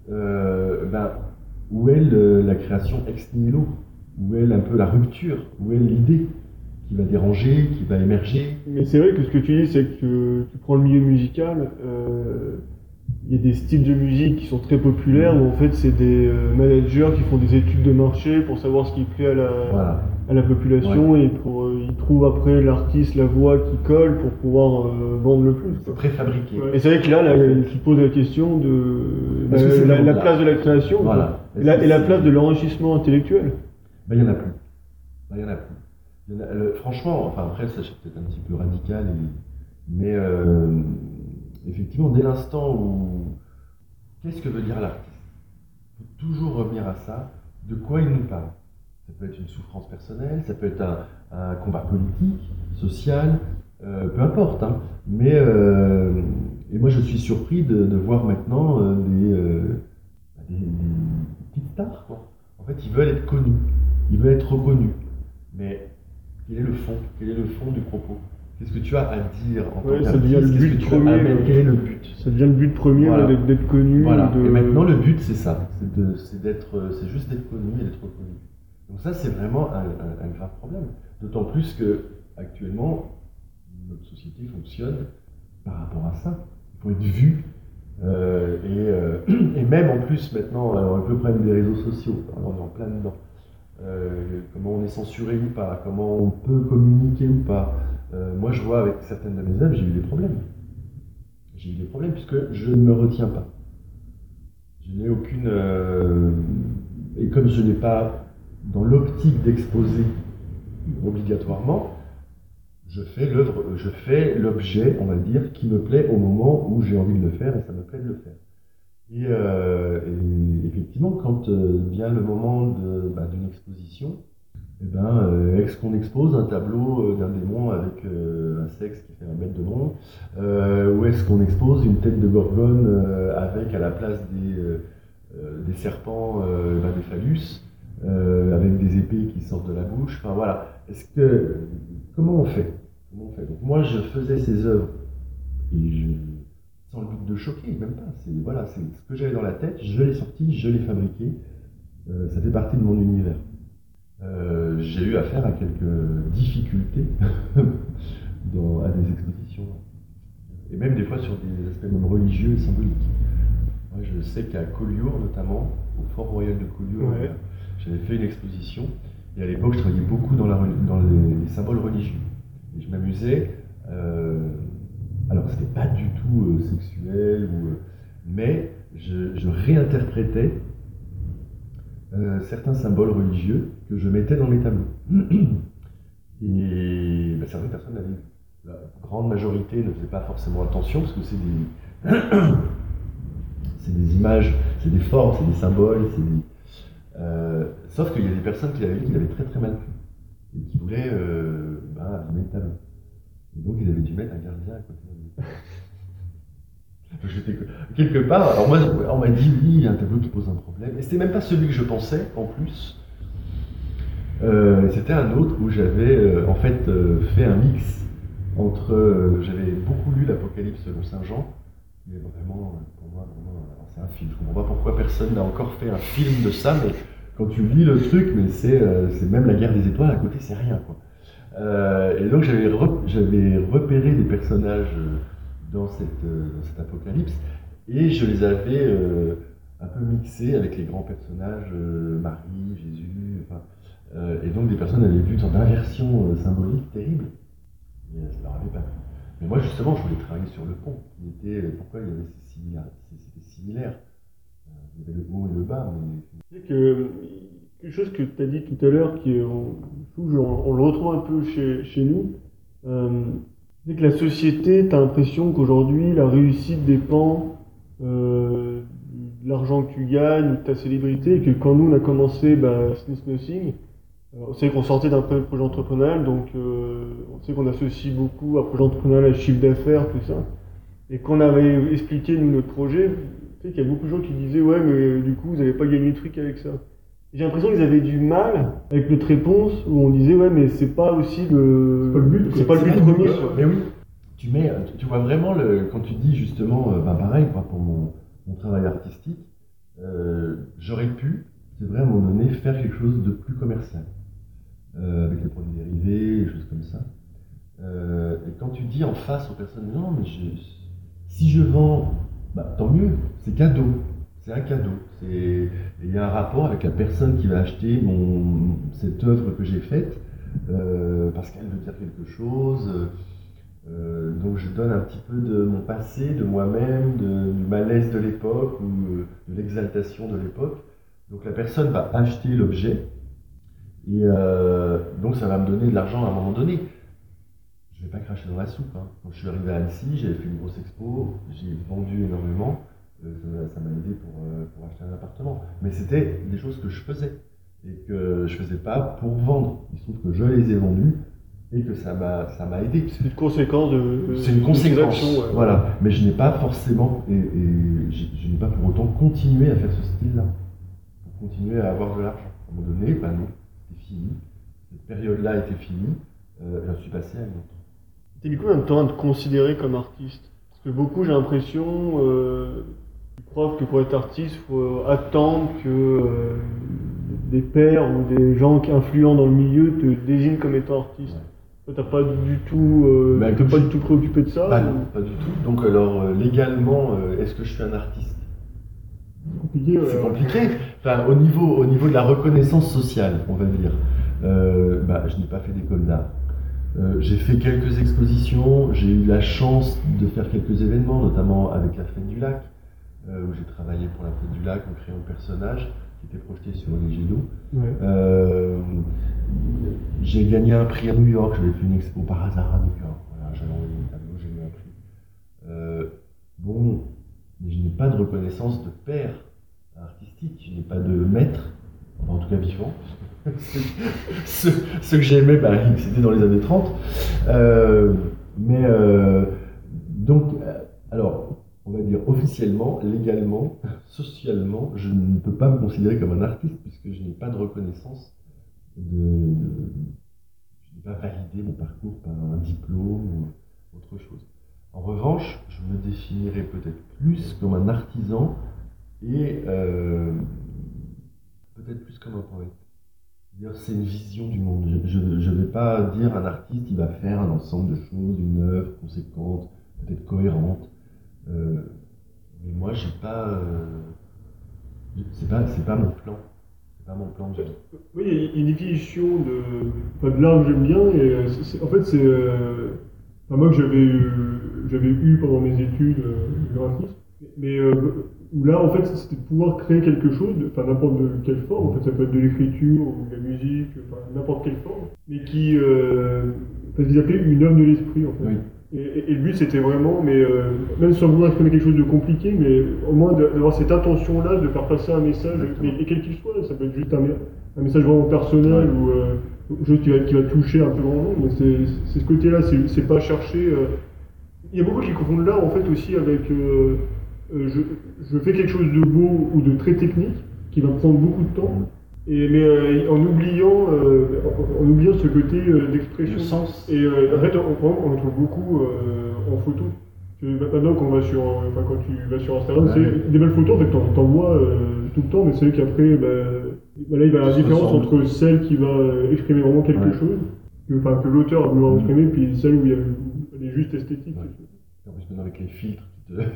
euh, ben, où est le, la création ex nihilo? Où est un peu la rupture? Où est l'idée qui va déranger, qui va émerger? Mais c'est vrai que ce que tu dis, c'est que tu prends le milieu musical, euh, il y a des styles de musique qui sont très populaires, où en fait c'est des euh, managers qui font des études de marché pour savoir ce qui plaît à la, voilà. à la population, ouais. Et pour, euh, ils trouvent après l'artiste, la voix qui colle pour pouvoir euh, vendre le plus. C'est préfabriqué. Ouais. Et c'est vrai que là, là tu te poses la question de Parce la, que c'est la, la là. place de la création, voilà. et, la, et la place de l'enrichissement intellectuel. Ben, il n'y en a plus. Ben, il y en a plus. Il y en a, le, franchement, enfin après, ça c'est peut-être un petit peu radical, et, mais euh, effectivement, dès l'instant où... Qu'est-ce que veut dire l'artiste? Il faut toujours revenir à ça. De quoi il nous parle? Ça peut être une souffrance personnelle, ça peut être un, un combat politique, social, euh, peu importe. Hein. Mais, euh, et moi je suis surpris de, de voir maintenant euh, des, euh, des, des petites stars, quoi. En fait, ils veulent être connus, ils veulent être reconnus. Mais quel est le fond? Quel est le fond du propos? Qu'est-ce que tu as à dire en ouais, tant qu'artiste? Ça devient le but premier. Amènes, quel est le but? Ça devient le but premier, voilà. d'être, d'être connu. Voilà. De... Et maintenant, le but, c'est ça. C'est, de, c'est, d'être, c'est juste d'être connu et d'être reconnu. Donc ça, c'est vraiment un, un, un grave problème. D'autant plus que actuellement, notre société fonctionne par rapport à ça. Il faut être vu. Euh, et, euh, et même en plus, maintenant, alors, un peu problème des réseaux sociaux. Alors, on est en plein dedans. Euh, comment on est censuré ou pas, comment on peut communiquer ou pas. Euh, moi, je vois avec certaines de mes œuvres, j'ai eu des problèmes. J'ai eu des problèmes puisque je ne me retiens pas. Je n'ai aucune... Euh, et comme je n'ai pas dans l'optique d'exposer obligatoirement, je fais l'œuvre, je fais l'objet, on va dire, qui me plaît au moment où j'ai envie de le faire et ça me plaît de le faire. Et, euh, et effectivement, quand euh, vient le moment de, bah, d'une exposition, eh ben, euh, est-ce qu'on expose un tableau euh, d'un démon avec euh, un sexe qui fait un mètre de long, euh, ou est-ce qu'on expose une tête de gorgone euh, avec à la place des, euh, euh, des serpents, euh, ben, des phallus, euh, avec des épées qui sortent de la bouche. Enfin voilà. Est-ce que comment on fait? Comment on fait? Donc moi, je faisais ces œuvres et je sans le but de choquer, même pas. C'est, voilà, c'est ce que j'avais dans la tête, je l'ai sorti, je l'ai fabriqué. Euh, ça fait partie de mon univers. Euh, j'ai eu affaire à quelques difficultés dans, à des expositions. Et même des fois sur des aspects même religieux et symboliques. Moi, je sais qu'à Collioure, notamment, au Fort Royal de Collioure, Ouais. j'avais fait une exposition. Et à l'époque, je travaillais beaucoup dans, la, dans les, les symboles religieux. Et je m'amusais. Euh, alors, c'était pas du tout euh, sexuel, ou, euh, mais je, je réinterprétais euh, certains symboles religieux que je mettais dans mes tableaux. Et ben, certaines personnes l'avaient vu. La grande majorité ne faisait pas forcément attention parce que c'est des, c'est des images, c'est des formes, c'est des symboles, c'est des... Euh, sauf qu'il y a des personnes qui l'avaient vu qui l'avaient très très mal vu et qui voulaient euh, ben, abîmer le tableau. Et donc ils avaient dû mettre un gardien à côté de lui. J'étais quelque part, alors moi on m'a dit oui, il y a un tableau qui pose un problème. Et c'était même pas celui que je pensais en plus. Euh, c'était un autre où j'avais euh, en fait euh, fait un mix entre, euh, j'avais beaucoup lu l'Apocalypse selon Saint Jean, qui est vraiment, pour moi, vraiment, alors c'est un film, je comprends pas pourquoi personne n'a encore fait un film de ça, mais quand tu lis le truc, mais c'est, euh, c'est même la guerre des étoiles, à côté c'est rien, quoi. Euh, et donc j'avais, re, j'avais repéré des personnages dans, cette, euh, dans cet Apocalypse, et je les avais euh, un peu mixés avec les grands personnages, euh, Marie, Jésus, enfin, euh, et donc des personnes avaient vu une sorte d'inversion euh, symbolique terrible. Et ça leur avait pas plu. Mais moi, justement, je voulais travailler sur le pont. Qui était, pourquoi il y avait ces similaires, c'était similaire. Il y avait le haut et le bas. Mais... Tu sais que quelque chose que tu as dit tout à l'heure, qui est, on, on le retrouve un peu chez, chez nous, euh, c'est que la société, tu as l'impression qu'aujourd'hui, la réussite dépend euh, de l'argent que tu gagnes, de ta célébrité, et que quand nous, on a commencé bah, Smith Nothing, on sait qu'on sortait d'un projet entrepreneurial, donc euh, on sait qu'on associe beaucoup à projet entrepreneurial, à chiffre d'affaires, tout ça. Et qu'on avait expliqué nous notre projet, tu sais qu'il y a beaucoup de gens qui disaient ouais mais du coup vous n'allez pas gagner de fric avec ça. Et j'ai l'impression qu'ils avaient du mal avec notre réponse où on disait ouais mais c'est pas aussi le, c'est pas le but, c'est pas le but premier. Mais oui, tu mets, tu vois vraiment le, quand tu dis justement, euh, ben pareil moi, pour mon, mon travail artistique, euh, j'aurais pu, c'est vrai à un moment donné, faire quelque chose de plus commercial. Euh, avec les produits dérivés, des choses comme ça. Euh, et quand tu dis en face aux personnes, non, mais je, si je vends, bah, tant mieux, c'est cadeau, c'est un cadeau. Il y a un rapport avec la personne qui va acheter mon, cette œuvre que j'ai faite, euh, parce qu'elle veut dire quelque chose. Euh, donc je donne un petit peu de mon passé, de moi-même, de, du malaise de l'époque, ou de l'exaltation de l'époque. Donc la personne va acheter l'objet. Et euh, donc ça va me donner de l'argent à un moment donné. Je ne vais pas cracher dans la soupe. Hein. Quand je suis arrivé à Annecy, j'avais fait une grosse expo, j'ai vendu énormément, euh, ça, ça m'a aidé pour, euh, pour acheter un appartement. Mais c'était des choses que je faisais et que je ne faisais pas pour vendre. Il se trouve que je les ai vendus et que ça m'a, ça m'a aidé. C'est une conséquence de. C'est une de conséquence, actions, ouais. Voilà. Mais je n'ai pas forcément, et, et je, je n'ai pas pour autant continué à faire ce style-là, pour continuer à avoir de l'argent. À un moment donné, ben non. C'est fini, cette période-là était finie, euh, j'en suis passé à une autre. T'as mis combien de temps à te considérer comme artiste? Parce que beaucoup, j'ai l'impression, euh, croient que pour être artiste, il faut attendre que euh, des pairs ou des gens influents dans le milieu te désignent comme étant artiste. Ouais. Toi, t'as pas du tout, euh, bah, t'es pas du tout préoccupé de ça? Bah, ou... non, pas du tout. Donc alors, euh, légalement, euh, est-ce que je suis un artiste? C'est compliqué. C'est compliqué. Enfin, au niveau, au niveau de la reconnaissance sociale, on va dire. Euh, bah, je n'ai pas fait d'école d'art. Euh, j'ai fait quelques expositions, j'ai eu la chance de faire quelques événements, notamment avec la Fête du Lac, euh, où j'ai travaillé pour la Fête du Lac en créant un personnage qui était projeté sur les jets d'eau. Ouais. Euh, j'ai gagné un prix à New York, j'avais fait une expo par hasard à New York. Voilà, j'avais envoyé une tableau, j'ai eu un prix. Euh, bon, mais je n'ai pas de reconnaissance de père artistique, je n'ai pas de maître, en tout cas vivant. ceux, ceux que j'aimais, bah, c'était dans les années trente. Euh, mais euh, donc, alors, on va dire officiellement, légalement, socialement, je ne peux pas me considérer comme un artiste puisque je n'ai pas de reconnaissance, de, de, je n'ai pas validé mon parcours par un diplôme ou autre chose. En revanche, je me définirais peut-être plus comme un artisan et euh, peut-être plus comme un poète. C'est-à-dire, c'est une vision du monde. Je ne vais pas dire un artiste, il va faire un ensemble de choses, une œuvre conséquente, peut-être cohérente. Euh, mais moi, j'ai pas, euh, c'est pas, c'est pas mon plan. C'est pas mon plan de vie. Oui, il y a une définition de, enfin, de l'art que j'aime bien. Et c'est, c'est, en fait, c'est, euh, enfin, moi que j'avais, eu, j'avais eu pendant mes études euh, graphisme. Mais euh, où là, en fait, c'était de pouvoir créer quelque chose, enfin n'importe de quelle forme, en fait, ça peut être de l'écriture ou de la musique, enfin n'importe quelle forme, mais qui, euh, enfin, ils appelaient une œuvre de l'esprit, en fait. Oui. Et, et, et le but, c'était vraiment, mais euh, même sans vouloir exprimer quelque chose de compliqué, mais au moins d'avoir cette intention-là de faire passer un message, mais, et quel qu'il soit, ça peut être juste un, un message vraiment personnel ou euh, quelque chose qui va, qui va toucher un peu grand nombre, mais c'est, c'est ce côté-là, c'est, c'est pas chercher. Euh... Il y a beaucoup qui confondent l'art, en fait, aussi avec. Euh, Euh, je, je fais quelque chose de beau ou de très technique qui va prendre beaucoup de temps, et, mais euh, en, oubliant, euh, en, en oubliant ce côté euh, d'expression. Le sens. Et euh, en fait, on, on en trouve beaucoup euh, en photo. Maintenant, quand, on va sur, enfin, quand tu vas sur Instagram, ouais. C'est des belles photos, en fait, t'en, t'en vois euh, tout le temps, mais c'est vrai qu'après, bah, bah là, il va y avoir la différence entre celle qui va exprimer vraiment quelque ouais. chose, que, enfin, que l'auteur a voulu mmh. exprimer, puis celle où il y a, elle est juste esthétique. Ouais. En plus, maintenant, avec les filtres qui te.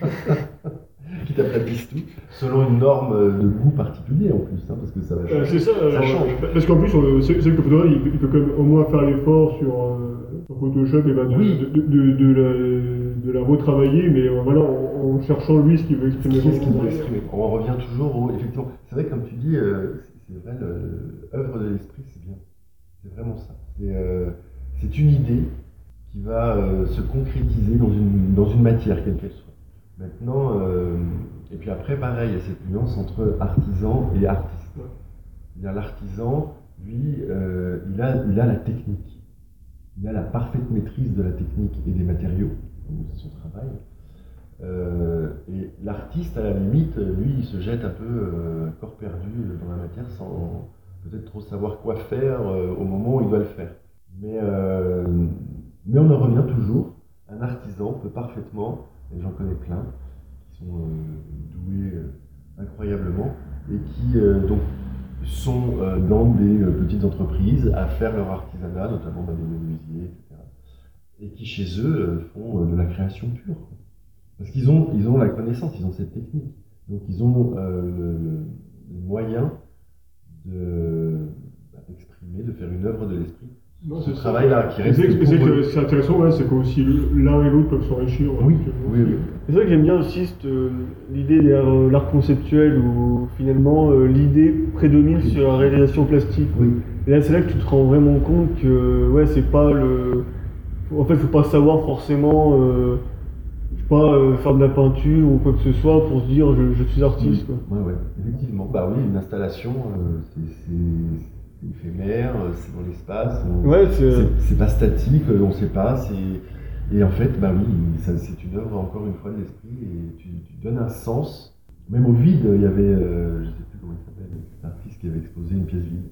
qui t'aplatissent tout, selon une norme de goût particulier en plus, hein, parce que ça va changer. Euh, c'est ça, ça alors, change. Parce qu'en plus, on, c'est, c'est que le photographe, il, il peut quand même au moins faire l'effort sur, euh, sur Photoshop et ben de, oui. de, de, de, de, la, de la retravailler, mais euh, voilà, en, en cherchant lui ce qu'il veut exprimer. Qu'est-ce qu'il veut exprimer. On en revient toujours au. Effectivement, c'est vrai, comme tu dis, euh, c'est, c'est vrai, l'œuvre de l'esprit, c'est bien. C'est vraiment ça. C'est, euh, c'est une idée qui va euh, se concrétiser dans une, dans une matière, quelle qu'elle soit. Maintenant, euh, et puis après, pareil, il y a cette nuance entre artisan et artiste. C'est-à-dire l'artisan, lui, euh, il, a, il a la technique. Il a la parfaite maîtrise de la technique et des matériaux, c'est son travail. Euh, et l'artiste, à la limite, lui, il se jette un peu euh, corps perdu dans la matière sans peut-être trop savoir quoi faire euh, au moment où il doit le faire. Mais, euh, mais on en revient toujours. Un artisan peut parfaitement, et j'en connais plein, qui sont euh, doués euh, incroyablement, et qui euh, donc sont euh, dans des euh, petites entreprises à faire leur artisanat, notamment dans des menuisiers, et cetera. Et qui chez eux euh, font euh, de la création pure. Parce qu'ils ont, ils ont la connaissance, ils ont cette technique. Donc ils ont euh, le, les moyens de, bah, d'exprimer, de faire une œuvre de l'esprit. Non, ce travail-là qui reste. C'est, c'est, que c'est intéressant, ouais, c'est qu'aussi l'un et l'autre peuvent s'enrichir. Oui, oui, oui. C'est vrai que j'aime bien aussi cette, euh, l'idée de euh, l'art conceptuel où finalement euh, l'idée prédomine oui. sur la réalisation plastique. Oui. Et là, c'est là que tu te rends vraiment compte que ouais, c'est pas le. En fait, il faut pas savoir forcément. Euh, je sais pas, euh, faire de la peinture ou quoi que ce soit pour se dire je, je suis artiste. Oui. Quoi. Ouais, ouais, effectivement. Bah oui, une installation, euh, c'est. c'est... c'est éphémère, c'est dans l'espace, on... ouais, c'est... C'est, c'est pas statique, on sait pas, c'est... et en fait, bah oui, ça, c'est une œuvre encore une fois de l'esprit, et tu, tu donnes un sens, même au vide, il y avait, euh, je sais plus comment il s'appelle, un artiste qui avait exposé une pièce vide.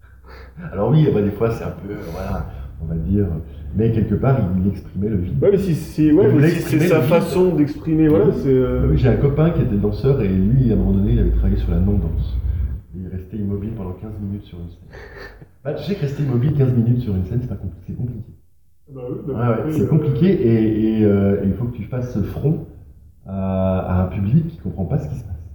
Alors oui, bah, des fois c'est un peu, euh, voilà, on va dire, mais quelque part il exprimait le vide. Ouais, mais si, si, ouais, mais si c'est sa façon d'exprimer, voilà, c'est... Euh... Oui, j'ai un copain qui était danseur, et lui, à un moment donné, il avait travaillé sur la non-danse. Il restait immobile pendant quinze minutes sur une scène. Bah, tu sais que rester immobile quinze minutes sur une scène, c'est, pas compli- c'est compliqué. Bah oui, bah ouais, ouais, c'est euh... compliqué et, et euh, il faut que tu fasses front à, à un public qui ne comprend pas ce qui se passe.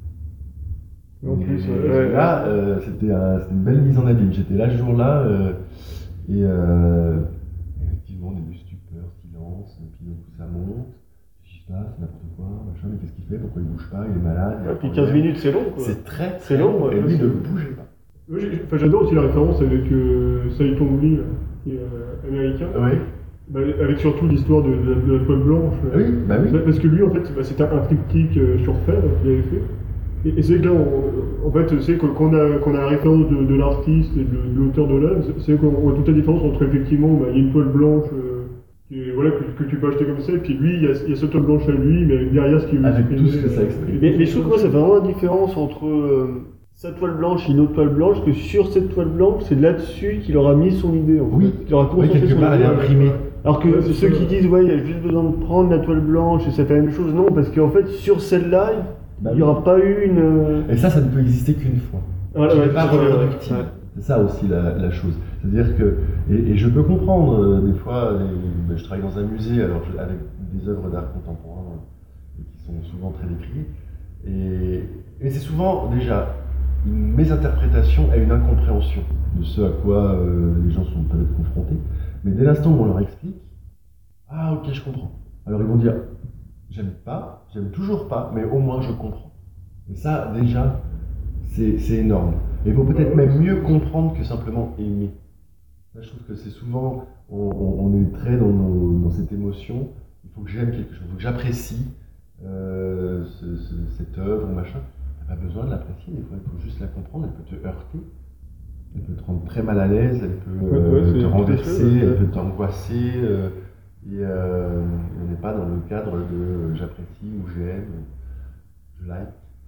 En plus, et, ouais, là, euh, c'était, un, c'était une belle mise en abîme. J'étais là ce jour-là euh, et euh, effectivement, au début, stupeur, silence, et puis d'un coup ça monte. Qu'est-ce qui se passe, n'importe quoi, machin, mais qu'est-ce qu'il fait, pourquoi il bouge pas, il est malade. Et puis quinze minutes, c'est long, quoi. C'est très, c'est long, et lui ne bougeait pas. Moi, enfin, j'adore aussi la référence avec euh, Saïton Lee, qui est euh, américain. Ouais. Bah, avec surtout l'histoire de, de, de la toile blanche. Oui, bah oui. Parce que lui, en fait, bah, c'était un triptyque euh, sur fer qu'il avait fait. Et, et c'est que là, on, en fait, c'est qu'on a, qu'on a la référence de, de l'artiste et de, de l'auteur de l'œuvre, c'est qu'on voit toute la différence entre effectivement, bah, il y a une toile blanche. Euh, Et voilà, que, que tu peux acheter comme ça, et puis lui, il y a, il y a cette toile blanche à lui, mais derrière ce qu'il veut avec exprimer. tout ce que ça exprime. Mais, mais je trouve que moi, ça fait vraiment la différence entre euh, sa toile blanche et une autre toile blanche, que sur cette toile blanche, c'est là-dessus qu'il aura mis son idée. En oui, fait. Il aura oui, quelque part, elle est imprimée. Alors que Ouais, c'est ceux ça. qui disent, ouais, il y a juste besoin de prendre la toile blanche et ça fait la même chose, non, parce qu'en fait, sur celle-là, Bah il n'y oui. aura pas eu une. euh, Et ça, ça ne peut exister qu'une fois. Voilà, Je ouais, n'est pas c'est vrai, reproductible. ouais. C'est ça aussi la, la chose. C'est-à-dire que, et, et je peux comprendre, euh, des fois, les- ben, je travaille dans un musée alors je- avec des œuvres d'art contemporain euh, qui sont souvent très décriées. Et, et c'est souvent déjà une mésinterprétation et une incompréhension de ce à quoi euh, les gens sont peut-être confrontés. Mais dès l'instant où on leur explique, ah ok, je comprends. Alors ils vont dire, j'aime pas, j'aime toujours pas, mais au moins je comprends. Et ça, déjà, c'est c'est énorme. Et il faut peut-être même mieux comprendre que simplement aimer. Là, je trouve que c'est souvent, on, on- on est très dans, nos- dans cette émotion, il faut que j'aime quelque chose, il faut que j'apprécie euh, ce- ce- cette œuvre ou machin. Tu n'as pas besoin de l'apprécier, des fois il faut juste la comprendre, elle peut te heurter, elle peut te rendre très mal à l'aise, elle peut Ouais, euh, ouais, c'est te tout à fait, renverser, ouais. elle peut t'angoisser. euh, et euh, on n'est pas dans le cadre de j'apprécie ou j'aime, je like.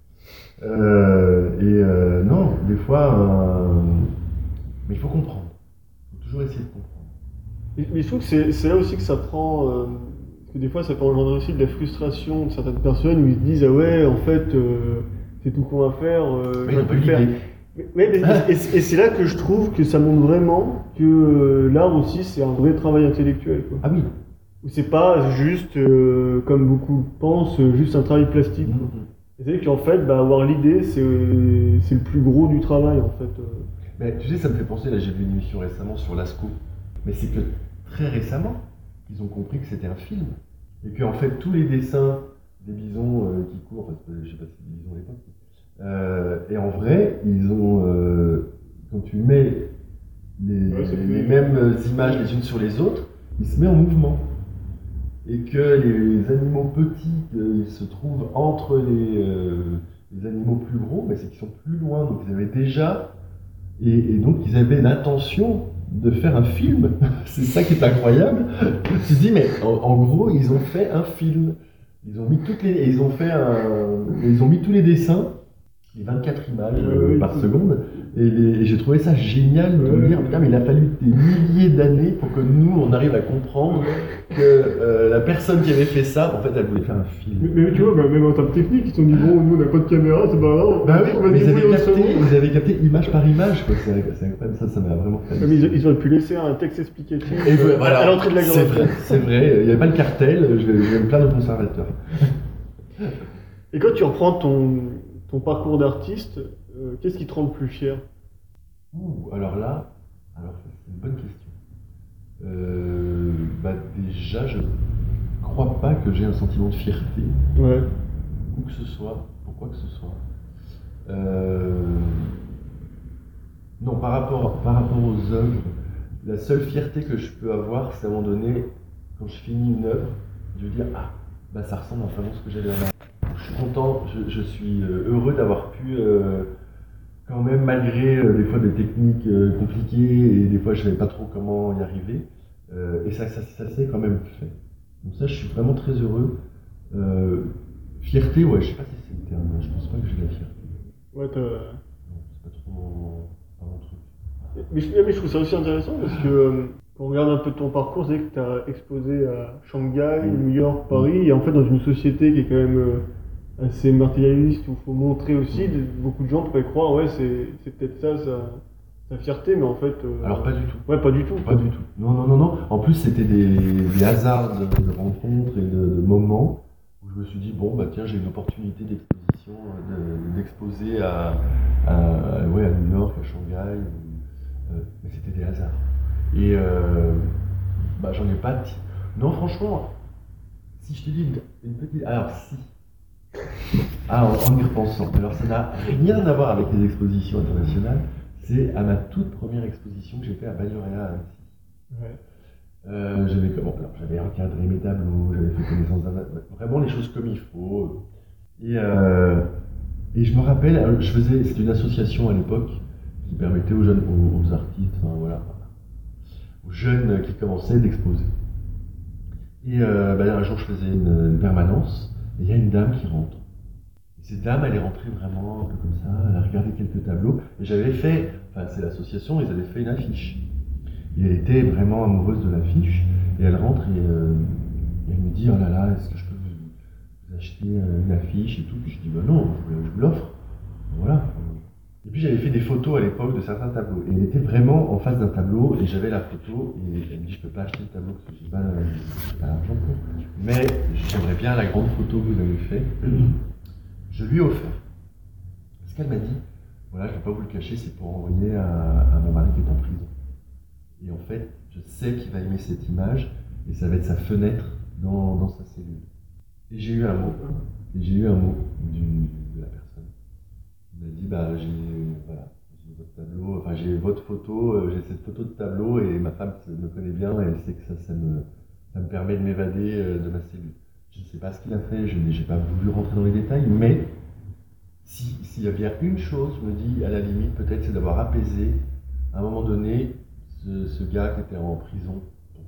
Euh, et euh, non, des fois, euh, mais il faut comprendre. Il faut toujours essayer de comprendre. Mais mais je trouve que c'est c'est là aussi que ça prend. euh, Parce que des fois, ça peut engendrer aussi de la frustration de certaines personnes où ils se disent, ah ouais, en fait, euh, c'est tout qu'on va faire, euh, Mais j'aurais ils pu ont le pas faire. l'idée. Mais, mais- et, et c'est là que je trouve que ça montre vraiment que euh, l'art aussi, c'est un vrai travail intellectuel, quoi. Ah oui. Où c'est pas juste, euh, comme beaucoup pensent, juste un travail plastique, quoi. Et c'est qu'en fait, bah, avoir l'idée, c'est c'est le plus gros du travail, en fait. euh. Mais tu sais, ça me fait penser, là j'ai vu une émission récemment sur Lascaux, mais c'est que très récemment qu'ils ont compris que c'était un film. Et qu'en fait tous les dessins des bisons euh, qui courent, parce que je sais pas si c'était des bisons à l'époque, euh, et en vrai, ils ont, euh, quand tu mets les, Ouais, c'est les plus- mêmes images les unes sur les autres, il se met en mouvement. Et que les animaux petits, euh, ils se trouvent entre les, euh, les animaux plus gros, mais c'est qu'ils sont plus loin, donc ils avaient déjà, et, et donc ils avaient l'intention de faire un film. C'est ça qui est incroyable. Tu te dis, mais en, en gros, ils ont fait un film. Ils ont mis toutes les, ils ont fait un, ils ont mis tous les dessins, les vingt-quatre images euh, Ouais, par oui. seconde, et, les- et j'ai trouvé ça génial de me Ouais. dire, putain, mais il a fallu des milliers d'années pour que nous, on arrive à comprendre que euh, la personne qui avait fait ça, en fait, elle voulait faire un film. Mais, mais tu vois, bah, même en termes techniques, ils se sont dit, bon, nous, on n'a pas de caméra, c'est pas grave. Bah oui, on va mais se ils avaient débrouiller capté, autrement. ils avaient capté image par image, quoi. C'est c'est incroyable, ça, ça m'a vraiment fait. Ouais, mais ils, ils auraient pu laisser un texte explicatif Et euh, voilà, à l'entrée de la c'est grande. vrai, c'est vrai, il n'y avait pas le cartel, je vais, je vais me plaindre au conservateur. Et quand tu reprends ton, ton parcours d'artiste, euh, qu'est-ce qui te rend le plus fier? Ouh, alors là, alors c'est une bonne question. Euh, bah déjà, je crois pas que j'ai un sentiment de fierté, Ouais. où que ce soit, pour quoi que ce soit. Euh, non, par rapport, par rapport aux œuvres, la seule fierté que je peux avoir, c'est à un moment donné, quand je finis une œuvre, je veux dire, ah, bah ça ressemble à vraiment ce que j'avais avant. Je suis content, je, je suis euh, heureux d'avoir pu, euh, quand même, malgré euh, des fois des techniques euh, compliquées, et des fois je savais pas trop comment y arriver, euh, et ça, ça, ça s'est quand même fait. Donc ça, je suis vraiment très heureux. Euh, fierté, ouais, je sais pas si c'est le terme, je pense pas que j'ai de la fierté. Ouais, t'as- Non, c'est pas trop mon, pas mon truc. mais, je, mais je trouve ça aussi intéressant parce que euh, quand on regarde un peu ton parcours, c'est que tu as exposé à Shanghai, Mm. New York, Paris, et en fait dans une société qui est quand même euh, assez matérialiste, où il faut montrer aussi, de- beaucoup de gens pourraient croire, ouais, c'est c'est peut-être ça, sa, sa fierté, mais en fait... euh, Alors pas du tout. Ouais, pas du tout. Pas du tout. Non, non, non, non. En plus, c'était des, des hasards de, de rencontres et de, de moments où je me suis dit, bon, bah tiens, j'ai une opportunité d'exposition, euh, de- d'exposer à, à, ouais, à New York, à Shanghai. euh, mais c'était des hasards. Et euh, bah, j'en ai pas dit. Non, franchement, si je te dis une, une petite. Alors, si. Ah, en, en y repensant. Alors, ça n'a rien à voir avec les expositions internationales. C'est à ma toute première exposition que j'ai fait à Bagnères à Annecy. Ouais. Euh, j'avais comment alors, j'avais encadré mes tableaux, j'avais fait connaissance d'un vraiment les choses comme il faut. Et, euh, et je me rappelle, euh, je faisais, c'était une association à l'époque qui permettait aux jeunes, aux, aux artistes, enfin voilà, aux jeunes qui commençaient d'exposer. Et euh, bah, un jour, je faisais une, une permanence, et il y a une dame qui rentre. Et cette dame, elle est rentrée vraiment un peu comme ça, elle a regardé quelques tableaux, et j'avais fait, enfin c'est l'association, ils avaient fait une affiche. Et elle était vraiment amoureuse de l'affiche. Et elle rentre et, euh, et elle me dit, oh là là, est-ce que je peux vous, vous acheter euh, une affiche et tout. Puis je dis, bah non, je, je vous l'offre. Voilà. Et puis j'avais fait des photos à l'époque de certains tableaux. Et elle était vraiment en face d'un tableau et j'avais la photo. Et elle me dit, je peux pas acheter le tableau parce que j'ai pas, j'ai pas l'argent pour. Mais j'aimerais bien la grande photo que vous avez faite. Je lui ai offert. Parce qu'elle m'a dit, voilà, je ne vais pas vous le cacher, c'est pour envoyer à, à mon mari qui est en prison. Et en fait, je sais qu'il va aimer cette image et ça va être sa fenêtre dans, dans sa cellule. Et j'ai eu un mot. Et j'ai eu un mot du, de la personne. Il m'a dit, bah, j'ai, voilà, j'ai votre tableau, enfin, j'ai votre photo, euh, j'ai cette photo de tableau et ma femme me connaît bien et elle sait que ça, ça me, ça me permet de m'évader euh, de ma cellule. Je ne sais pas ce qu'il a fait, je n'ai pas voulu rentrer dans les détails, mais si, s'il y a bien une chose, je me dis, à la limite, peut-être, c'est d'avoir apaisé, à un moment donné, ce, ce gars qui était en prison.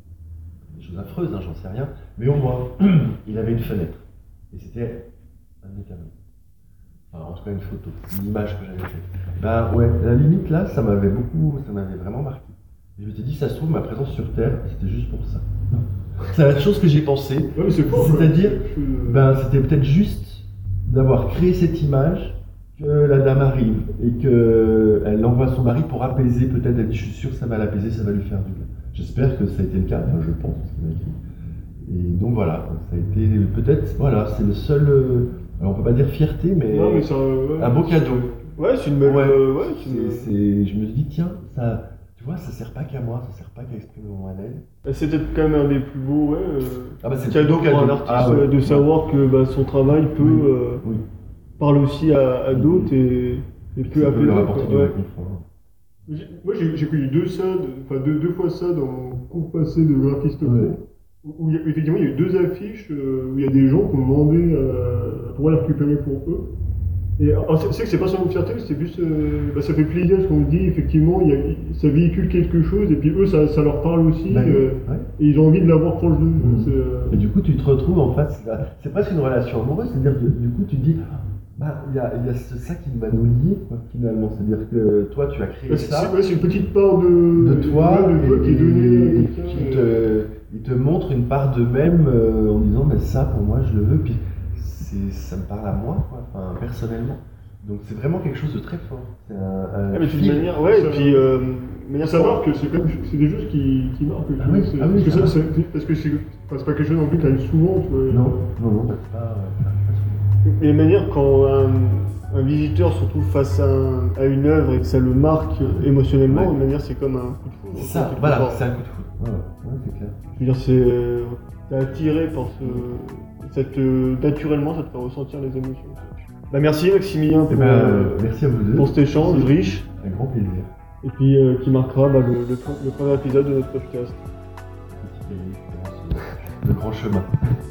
Des choses affreuses, hein, j'en sais rien, mais au moins, il avait une fenêtre. Et c'était un de mes tableaux. Enfin, en tout cas, une photo, une image que j'avais faite. Ben ouais, à la limite, là, ça m'avait beaucoup, ça m'avait vraiment marqué. Et je m'étais dit, ça se trouve, ma présence sur Terre, c'était juste pour ça. Non. C'est la chose que j'ai pensé. Ouais, mais c'est fort, C'est-à-dire, je... ben, c'était peut-être juste d'avoir créé cette image, que la dame arrive et qu'elle envoie son mari pour apaiser, peut-être, elle dit, je suis sûr que ça va l'apaiser, ça va lui faire du bien. J'espère que ça a été le cas, enfin, je pense, ce qu'il m'a écrit. Et donc voilà, ça a été peut-être, voilà, c'est le seul, euh, alors on peut pas dire fierté, mais, non, mais ça, ouais, un beau cadeau. Ouais, c'est une belle, Ouais, euh, ouais, c'est c'est, une... c'est, je me dis, tiens, ça, tu vois, ça sert pas qu'à moi, ça sert pas qu'à exprimer mon mal-être. C'est peut-être quand même un des plus beaux, ouais, euh, Ah bah c'est cadeaux le pour cadeau. un artiste, Ah ouais. ouais, de savoir que bah, son travail peut Oui. euh, Oui. parler aussi à, à d'autres et, et Ça peut peut appeler leur d'autres, apporter quoi. du Ouais. réconfort. J'ai- Moi, j'ai j'ai connu deux ça, de- enfin deux, deux fois ça dans mon cours passé de graphiste pro, Ouais. où, où il y a- effectivement il y a eu deux affiches euh, où il y a des gens qui ont demandé euh, à pouvoir les récupérer pour eux. Et alors, c'est c'est que c'est pas seulement une fierté, c'est plus, euh, bah, ça fait plaisir parce qu'on dit effectivement, il y a, ça véhicule quelque chose et puis eux ça, ça leur parle aussi Bah oui, euh, ouais. et ils ont envie de l'avoir proche d'eux. Mhm. C'est, euh, Et du coup, tu te retrouves en face, c'est presque une relation amoureuse, c'est-à-dire que du coup, tu te dis, bah, il y a, il y a ce- ça qui va nous lier, quoi, finalement. C'est-à-dire que toi, tu as créé bah, c'est ça c'est- ouais, c'est une petite part de, de toi, ouais, de toi et, qui est donnée à et quelqu'un. qui euh, te, ils te montrent une part d'eux-mêmes euh, en disant, mais ça, pour moi, je le veux, puis c'est, ça me parle à moi, quoi, enfin, personnellement. Donc c'est vraiment quelque chose de très fort. C'est un, un Ah, mais d'une fil. manière, ouais, et Ça- puis euh, de manière ça marque, c'est quand même, c'est des choses qui, qui marquent. Ah je oui, trouve, c'est- ah oui, parce, que ça ça, c'est, parce que c'est, enfin, c'est pas quelque chose non plus qui arrive souvent, tu vois. Non, non, non, c'est pas, c'est pas souvent. Et de manière, quand un, un visiteur se retrouve face à, un- à une œuvre et que ça le marque émotionnellement, Ouais. de manière, c'est comme un coup de foudre. C'est ça, quelque voilà, part. c'est un coup de foudre. Ouais, ouais, ouais, c'est clair. Je veux dire, c'est, euh, t'es attiré par ce, ça te, naturellement, ça te fait ressentir les émotions. Bah, merci Maximilien Eh pour, ben, euh, merci à vous deux. pour cet échange Merci. riche. Un grand plaisir. Et puis euh, qui marquera bah, le, le, le premier épisode de notre podcast. Petit pays, le grand chemin.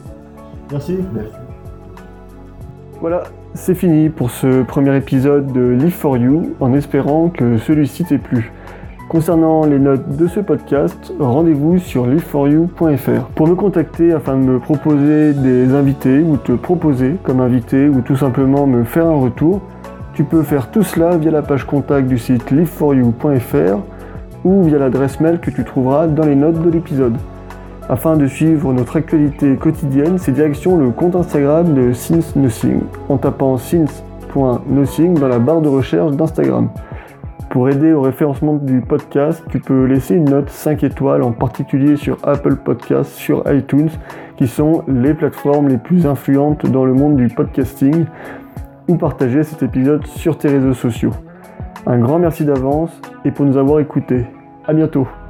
Merci. Merci. Voilà, c'est fini pour ce premier épisode de Live for You, en espérant que celui-ci t'ait plu. Concernant les notes de ce podcast, rendez-vous sur live for you point f r. Pour me contacter afin de me proposer des invités ou te proposer comme invité ou tout simplement me faire un retour, tu peux faire tout cela via la page contact du site live for you point f r ou via l'adresse mail que tu trouveras dans les notes de l'épisode. Afin de suivre notre actualité quotidienne, c'est direction le compte Instagram de Since Nothing en tapant since point nothing dans la barre de recherche d'Instagram. Pour aider au référencement du podcast, tu peux laisser une note cinq étoiles, en particulier sur Apple Podcasts, sur iTunes, qui sont les plateformes les plus influentes dans le monde du podcasting, ou partager cet épisode sur tes réseaux sociaux. Un grand merci d'avance et pour nous avoir écoutés. À bientôt.